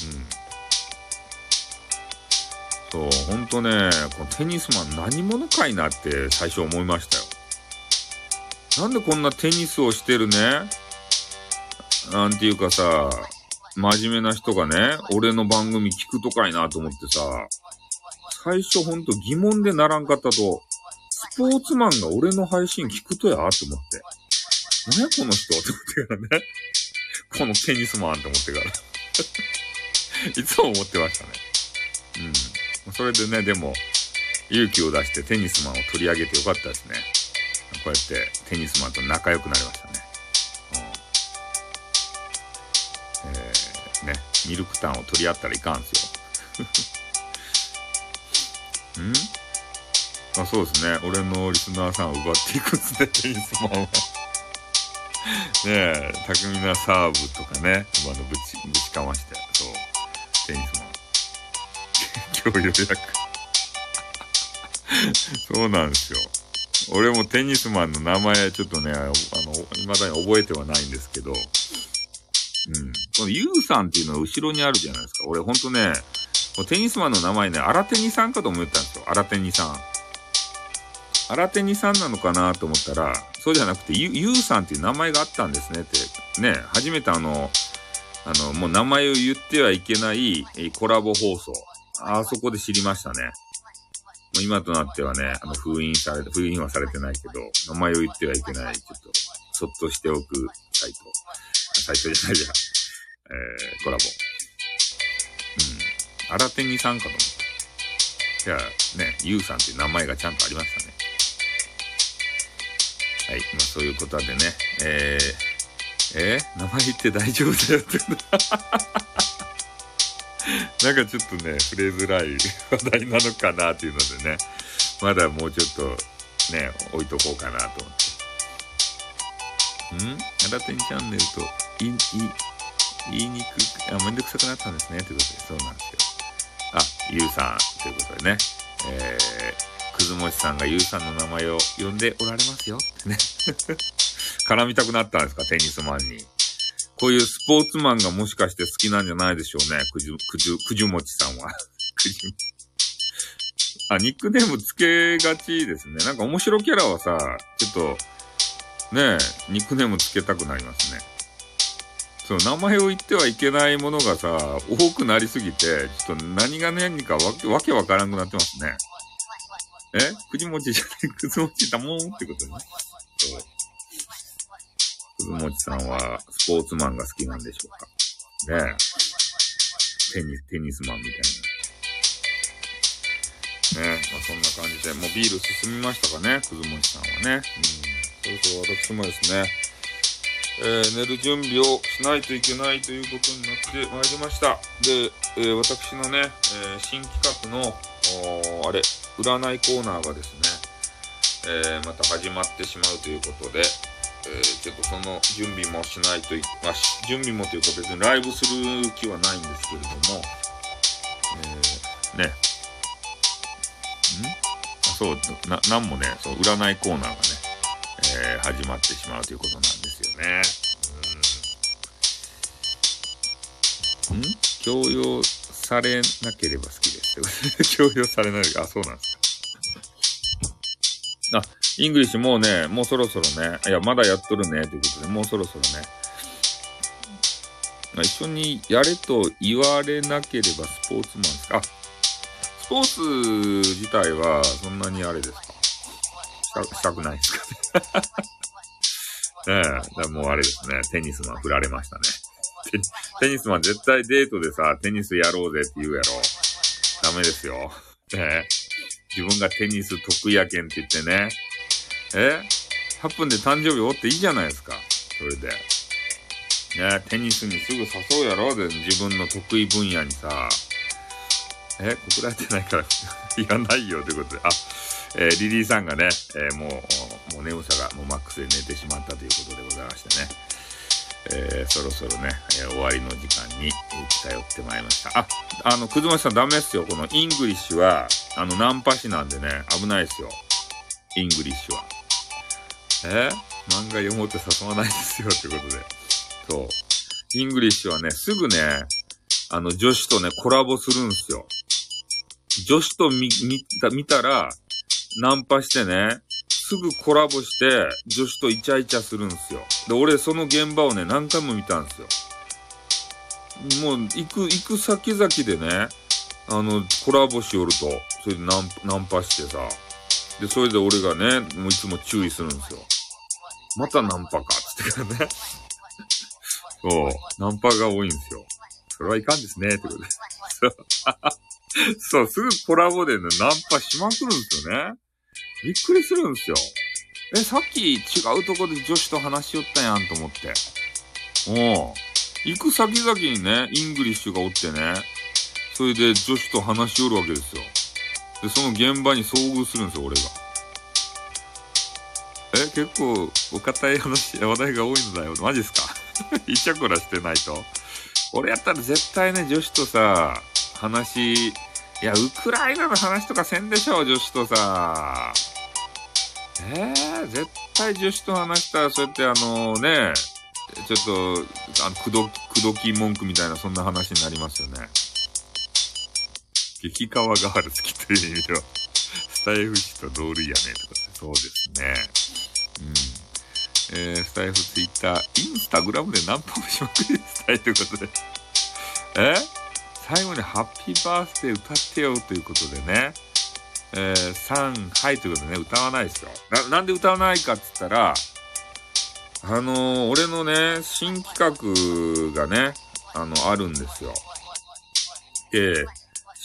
うん。そう、ほんとね、このテニスマン何者かいなって最初思いましたよ。なんでこんなテニスをしてるね、なんていうかさ、真面目な人がね、俺の番組聞くとかいなと思ってさ、最初ほんと疑問でならんかったと、スポーツマンが俺の配信聞くとやと思って。何やこの人って思ってからね。このテニスマンって思ってから。いつも思ってましたね。うん。それでね、でも、勇気を出してテニスマンを取り上げてよかったですね。こうやってテニスマンと仲良くなりましたね。うん、えー、ね、ミルクタンを取り合ったらいかんすよ。んあ、そうですね。俺のリスナーさんを奪っていくんですね、テニスマンは。ねえ、巧みなサーブとかね、あのぶち、ぶちかまして、そう、テニスマン。今日予約。そうなんですよ。俺もテニスマンの名前ちょっとね、あの、未だに覚えてはないんですけど、うん。このユウさんっていうのは後ろにあるじゃないですか。俺ほんとね、テニスマンの名前ね、アラテニさんかと思ったんですよ。アラテニさん。アラテニさんなのかなと思ったら、そうじゃなくて、ユ、ユウさんっていう名前があったんですねって。ね、初めてあの、あの、もう名前を言ってはいけないコラボ放送。あそこで知りましたね。もう今となってはね、あの、封印されて、封印はされてないけど、名前を言ってはいけない、ちょっと、そっとしておくサイト。サイトじゃないや、えー、コラボ。うん。アラテニさんかと思った。 じゃあね、ゆうさんっていう名前がちゃんとありましたね。はい、まあそういうことでね、えー、えー、名前言って大丈夫だよってなんかちょっとね、触れづらい話題なのかなっていうのでね、まだもうちょっとね、置いとこうかなと思って。ん？新手にチャンネルと、い、い、言いにくく、あ、めんどくさくなったんですね。ということで、そうなんですよ。あ、ゆうさん、ということでね、えー、くずもちさんがゆうさんの名前を呼んでおられますよ。ってね。絡みたくなったんですか、テニスマンに。こういうスポーツマンがもしかして好きなんじゃないでしょうね。くじゅ、くじゅ、くじゅもちさんは。あ、ニックネームつけがちですね。なんか面白キャラはさ、ちょっと、ねえ、ニックネームつけたくなりますね。そう、名前を言ってはいけないものがさ、多くなりすぎて、ちょっと何が何かわけ、わけわからんくなってますね。え？くじもちじゃない、くずもちだもんってことね。そう。くずもちさんはスポーツマンが好きなんでしょうか。ねえ。テニス、テニスマンみたいな。ねえ、まあそんな感じで、もうビール進みましたかね、くずもちさんはね。うん。そろそろ私もですね、えー、寝る準備をしないといけないということになってまいりました。で、えー、私のね、えー、新企画の、あれ、占いコーナーがですね、えー、また始まってしまうということで、えー、ちょっとその準備もしないとい、まあ、準備もというか別にライブする気はないんですけれども、えー、ね、んあそう、な、なんもね、そう、占いコーナーがね、えー、始まってしまうということなんですよね。うん。ん強要されなければ好きです。強要されない。あ、そうなんですか。あ、イングリッシュもうね、もうそろそろね、いや、まだやっとるね、ということで、もうそろそろね、一緒にやれと言われなければスポーツマンですか。あ、スポーツ自体はそんなにあれですか。した、したくないですかね。ええ、だもうあれですね、テニスマン振られましたね。テ, テニスマン絶対デートでさ、テニスやろうぜって言うやろ。ダメですよ。え自分がテニス得意やけんって言ってね。え ?はっ 分で誕生日おっていいじゃないですか。それで。ね、テニスにすぐ誘うやろで、自分の得意分野にさ。え告られてないからいらないよということで。あ、えー、リリーさんがね、えー、もう、もう眠さがもうマックスで寝てしまったということでございましてね。えー、そろそろね、えー、終わりの時間に、えー、近寄ってまいりました。あ、あの、くずましさんダメっすよ。このイングリッシュは、あの、ナンパ師なんでね、危ないっすよ。イングリッシュは。えー、漫画読もうって誘わないですよ。ということで。そう。イングリッシュはね、すぐね、あの、女子とね、コラボするんすよ。女子と見、見た、見たら、ナンパしてね、すぐコラボして、女子とイチャイチャするんすよ。で、俺その現場をね、何回も見たんですよ。もう、行く、行く先々でね、あの、コラボしよると、それでナン、ナンパしてさ、で、それで俺がね、もういつも注意するんですよ。またナンパか、つってからね。そう、ナンパが多いんですよ。それはいかんですね、ってことで。そう、すぐコラボでね、ナンパしまくるんですよね。びっくりするんですよ。え、さっき違うとこで女子と話しよったやんと思って。おう。行く先々にね、イングリッシュがおってね、それで女子と話しよるわけですよ。で、その現場に遭遇するんですよ、俺が。え、結構、お堅い話、話題が多いのだよ。マジっすか？イチャコラしてないと。俺やったら絶対ね、女子とさ、話、いや、ウクライナの話とかせんでしょ、女子とさ。えー、絶対女子と話したら、そうやってあのね、ちょっと、あの、くど、くどき文句みたいな、そんな話になりますよね。激川ガール好きという意味では、スタイフ氏と同類やね、とかそうですね。うん。えー、スタイフ、ツイッター、インスタグラムでナンパをしまくりしたいということで。え最後にハッピーバースデー歌ってよということでね。えー、さん、はいということでね、歌わないですよ。な、なんで歌わないかって言ったら、あのー、俺のね、新企画がね、あの、あるんですよ。で、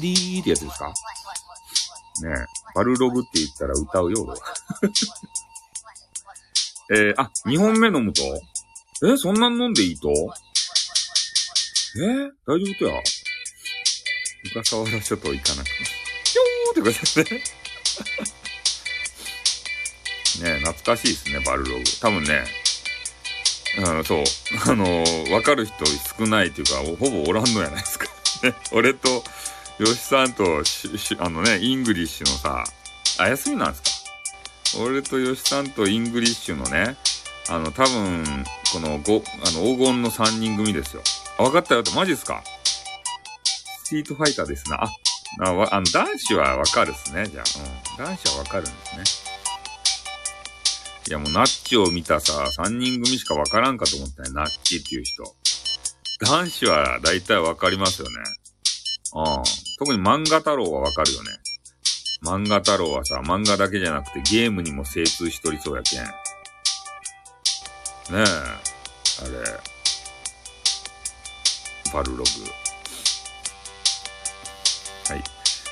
ディーってやつですかねえ、バルログって言ったら歌うよ、俺は。えー、あ、にほんめ飲むとえ、そんなん飲んでいいとえー、大丈夫とや。小笠原諸島行かなくて。ひょーってことですね。ねえ、懐かしいですね、バルログ。多分ね、うん、そう。あのー、わかる人少ないっていうか、ほぼおらんのやないですか。ね、俺と、よしさんとし、し、あのね、イングリッシュのさ、あ、休みなんですか？俺とよしさんとイングリッシュのね、あの、多分、この、ご、あの、黄金のさんにん組ですよ。あ、わかったよって、マジですか？ストリートファイターですな。あ、あ、わ、あの、男子はわかるっすね、じゃあ。うん。男子はわかるんですね。いや、もう、ナッチを見たさ、さんにん組しかわからんかと思ったね、ナッチっていう人。男子は大体わかりますよね。うん。特に漫画太郎はわかるよね。漫画太郎はさ、漫画だけじゃなくてゲームにも精通しとりそうやけん。ねえ。あれ。バルログ。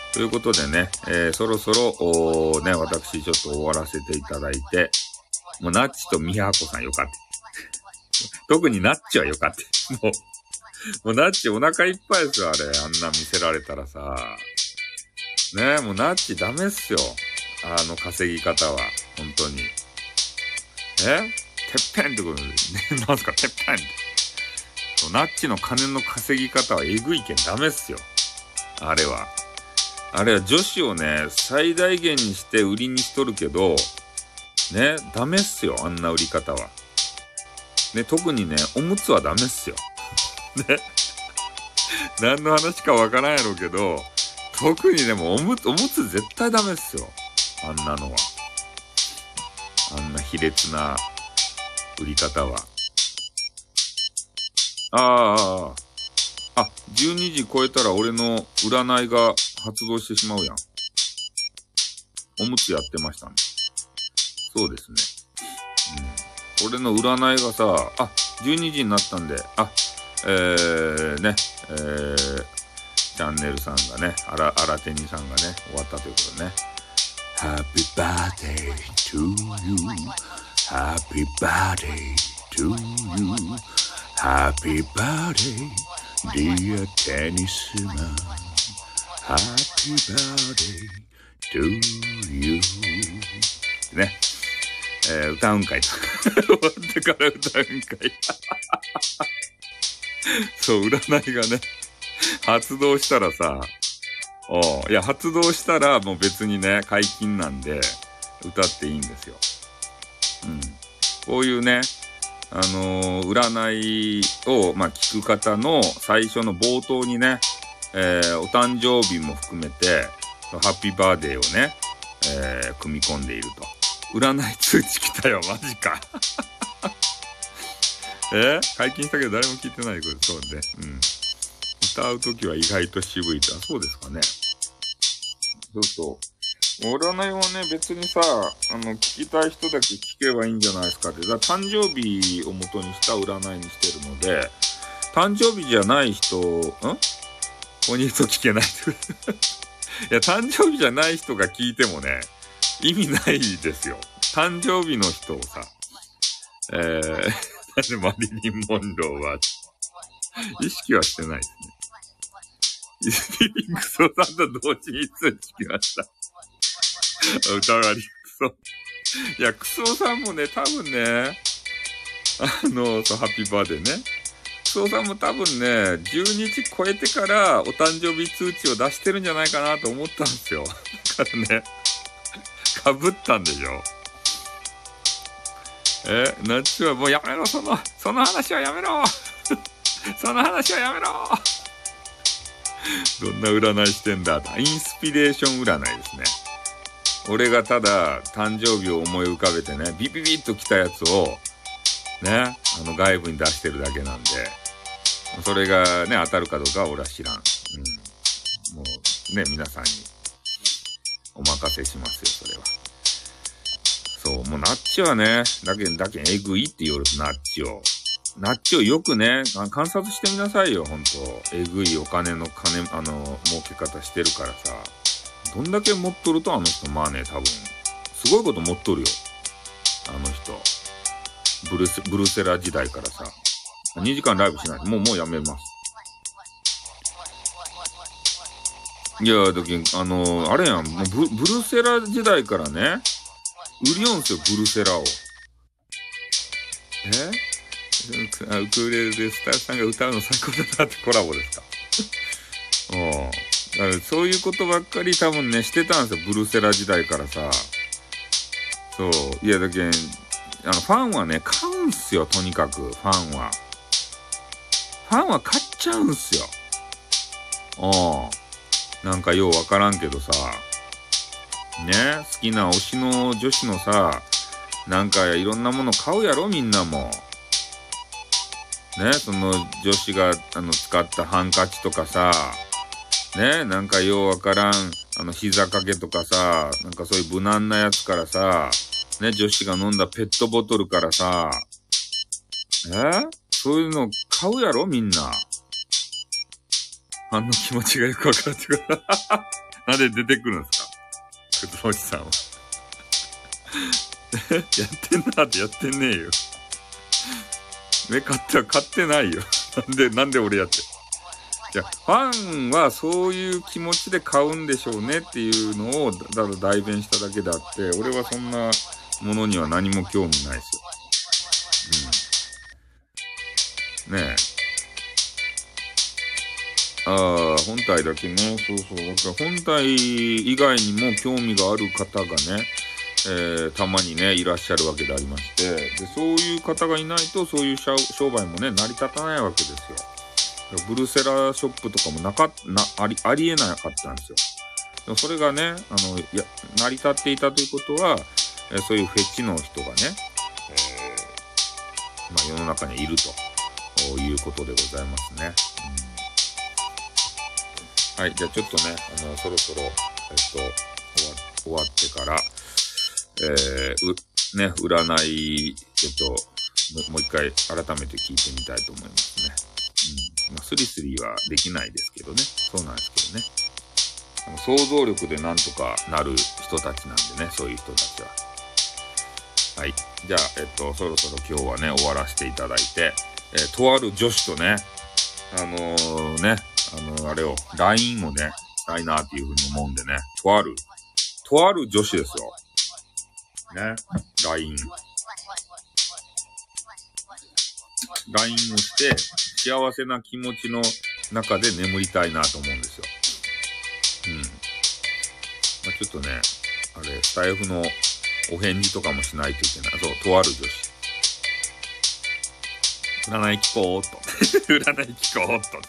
ということでね、えー、そろそろ、おね、私ちょっと終わらせていただいて、もうナッチとミヤコさんよかった。特にナッチはよかった。もう、もうナッチお腹いっぱいですよ、あれ。あんな見せられたらさ。ねえ、もうナッチダメっすよ。あの稼ぎ方は。本当に。えてっぺんってことで、ね、なんすか、てっぺんって。ナッチの金の稼ぎ方はえぐいけんダメっすよ。あれは。あれは女子をね、最大限にして売りにしとるけど、ね、ダメっすよ、あんな売り方は。ね、特にね、おむつはダメっすよ。ね。何の話かわからんやろうけど、特にでもおむつ、おむつ絶対ダメっすよ。あんなのは。あんな卑劣な売り方は。ああ、ああ。あ、じゅうにじ超えたら俺の占いが発動してしまうやん。おむつやってましたね。そうですね。うん。俺の占いがさ、あ、じゅうにじになったんで、あ、えー、ね、えー、チャンネルさんがね、あら、あらてにさんがね、終わったということでね。Happy birthday to you.Happy birthday to you.Happy birthday, dear tennis man.Happy birthday to you. ね。えー、歌うんかいと。終わってから歌うんかい。そう、占いがね、発動したらさ、おいや、発動したらもう別にね、解禁なんで、歌っていいんですよ。うん。こういうね、あのー、占いを、まあ、聞く方の最初の冒頭にね、えー、お誕生日も含めて、ハッピーバーデーをね、えー、組み込んでいると。占い通知来たよ、マジか。えー、解禁したけど誰も聞いてないこと、そうね。うん。歌うときは意外と渋いと。あ、そうですかね。そうそう。占いはね、別にさ、あの、聞きたい人だけ聞けばいいんじゃないですかって。だから誕生日を元にした占いにしてるので、誕生日じゃない人、んここにいると聞けない。いや、誕生日じゃない人が聞いてもね、意味ないですよ。誕生日の人をさ、えー、なんでマリリン・モンローは、意識はしてないですね。イスピリンクソさんと同時に通知来ました。歌わりクソ。いや、クソさんもね、多分ね、あの、そう、ハッピーバーデーね。クソさんも多分ね、じゅうにち超えてからお誕生日通知を出してるんじゃないかなと思ったんですよ。だからね、被ったんでしょ。え、ナッチはもうやめろ、その、その話はやめろその話はやめろどんな占いしてんだと。インスピレーション占いですね。俺がただ誕生日を思い浮かべてね、ビビビッと来たやつを、ね、あの外部に出してるだけなんで、それがね、当たるかどうかは俺は知らん。うん。もうね、皆さんにお任せしますよ、それは。そう、もうナッチはね、だけん、だけん、えぐいって言うナッチを。ナッチをよくね、観察してみなさいよ、ほんと。えぐいお金の金、あの、儲け方してるからさ。どんだけ持っとると、あの人、まあね、多分。すごいこと持っとるよ。あの人。ブルセ、ブルセラ時代からさ。にじかんライブしない。もう、もうやめます。いや、だけあの、あれやん、もうブ、ブルセラ時代からね、売りよんすよ、ブルセラを。えウクレレでスタッフさんが歌うの最高だなってコラボですか。うん。そういうことばっかり多分ね、してたんですよ、ブルセラ時代からさ。そう。いや、だけん、あの、ファンはね、買うんすよ、とにかく、ファンは。ファンは買っちゃうんすよ。うん。なんかようわからんけどさ。ね、好きな推しの女子のさ、なんかいろんなもの買うやろ、みんなも。ね、その女子があの使ったハンカチとかさ、ね、なんかようわからん、あの膝掛けとかさ、なんかそういう無難なやつからさ、ね、女子が飲んだペットボトルからさ、えそういうの買うやろみんな。あの気持ちがよくわかってくる。 なんで出てくるんですかくつろじさんは。やってんなってやってんねえよ。え、買っては買ってないよ。なんで、なんで俺やって。じゃあ、ファンはそういう気持ちで買うんでしょうねっていうのを、だだ代弁しただけであって、俺はそんなものには何も興味ないですよ。うん。ねえ。ああ、本体だけね。そうそう。だから本体以外にも興味がある方がね、えー、たまにね、いらっしゃるわけでありまして、で、そういう方がいないと、そういう商売もね、成り立たないわけですよ。ブルセラショップとかもなかっ、な、あり、ありえなかったんですよ。でもそれがね、あの、いや、成り立っていたということは、えー、そういうフェチの人がね、えー、まあ世の中にいるということでございますね。うん、はい、じゃあちょっとね、あの、そろそろ、えっと、終わ、終わってから、えー、う、ね、占い、ちょっと、もう一回改めて聞いてみたいと思いますね。うん。まあ、スリスリはできないですけどね。そうなんですけどね。あの想像力でなんとかなる人たちなんでね、そういう人たちは。はい。じゃあ、えっと、そろそろ今日はね、終わらせていただいて、えー、とある女子とね、あのー、ね、あのー、あれを、ライン をね、したいなっていうふうに思うんでね、とある、とある女子ですよ。ね、ライン。ライン をして、幸せな気持ちの中で眠りたいなと思うんですよ。うん。まあ、ちょっとね、あれ、スタイフのお返事とかもしないといけない。そう、とある女子。占い聞こうと。占い聞こうと。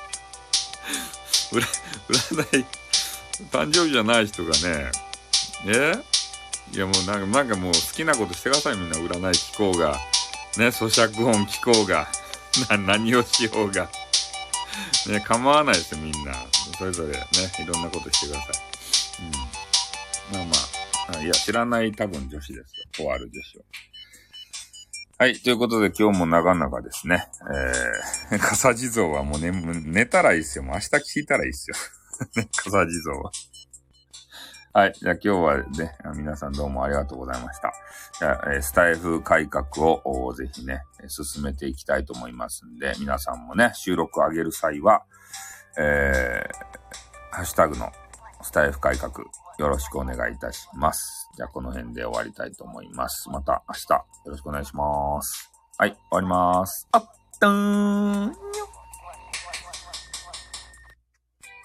占い、誕生日じゃない人がね、えいやもうなんか、なんかもう好きなことしてください、みんな。占い聞こうが。ね、咀嚼音聞こうが。な、何をしようが。ね、構わないですよ、みんな。それぞれね、いろんなことしてください。うん。まあまあ、いや、知らない多分女子ですよ。とある女子は。はい、ということで今日も長々ですね。えー、笠地蔵はもう寝、寝たらいいっすよ。もう明日聞いたらいいっすよ。笠地蔵は。はい。じゃあ今日はね、皆さんどうもありがとうございました。じゃあ、スタイフ改革をぜひね、進めていきたいと思いますんで、皆さんもね、収録上げる際は、えー、ハッシュタグのスタイフ改革よろしくお願いいたします。じゃあこの辺で終わりたいと思います。また明日よろしくお願いします。はい、終わります。あっ、たーん。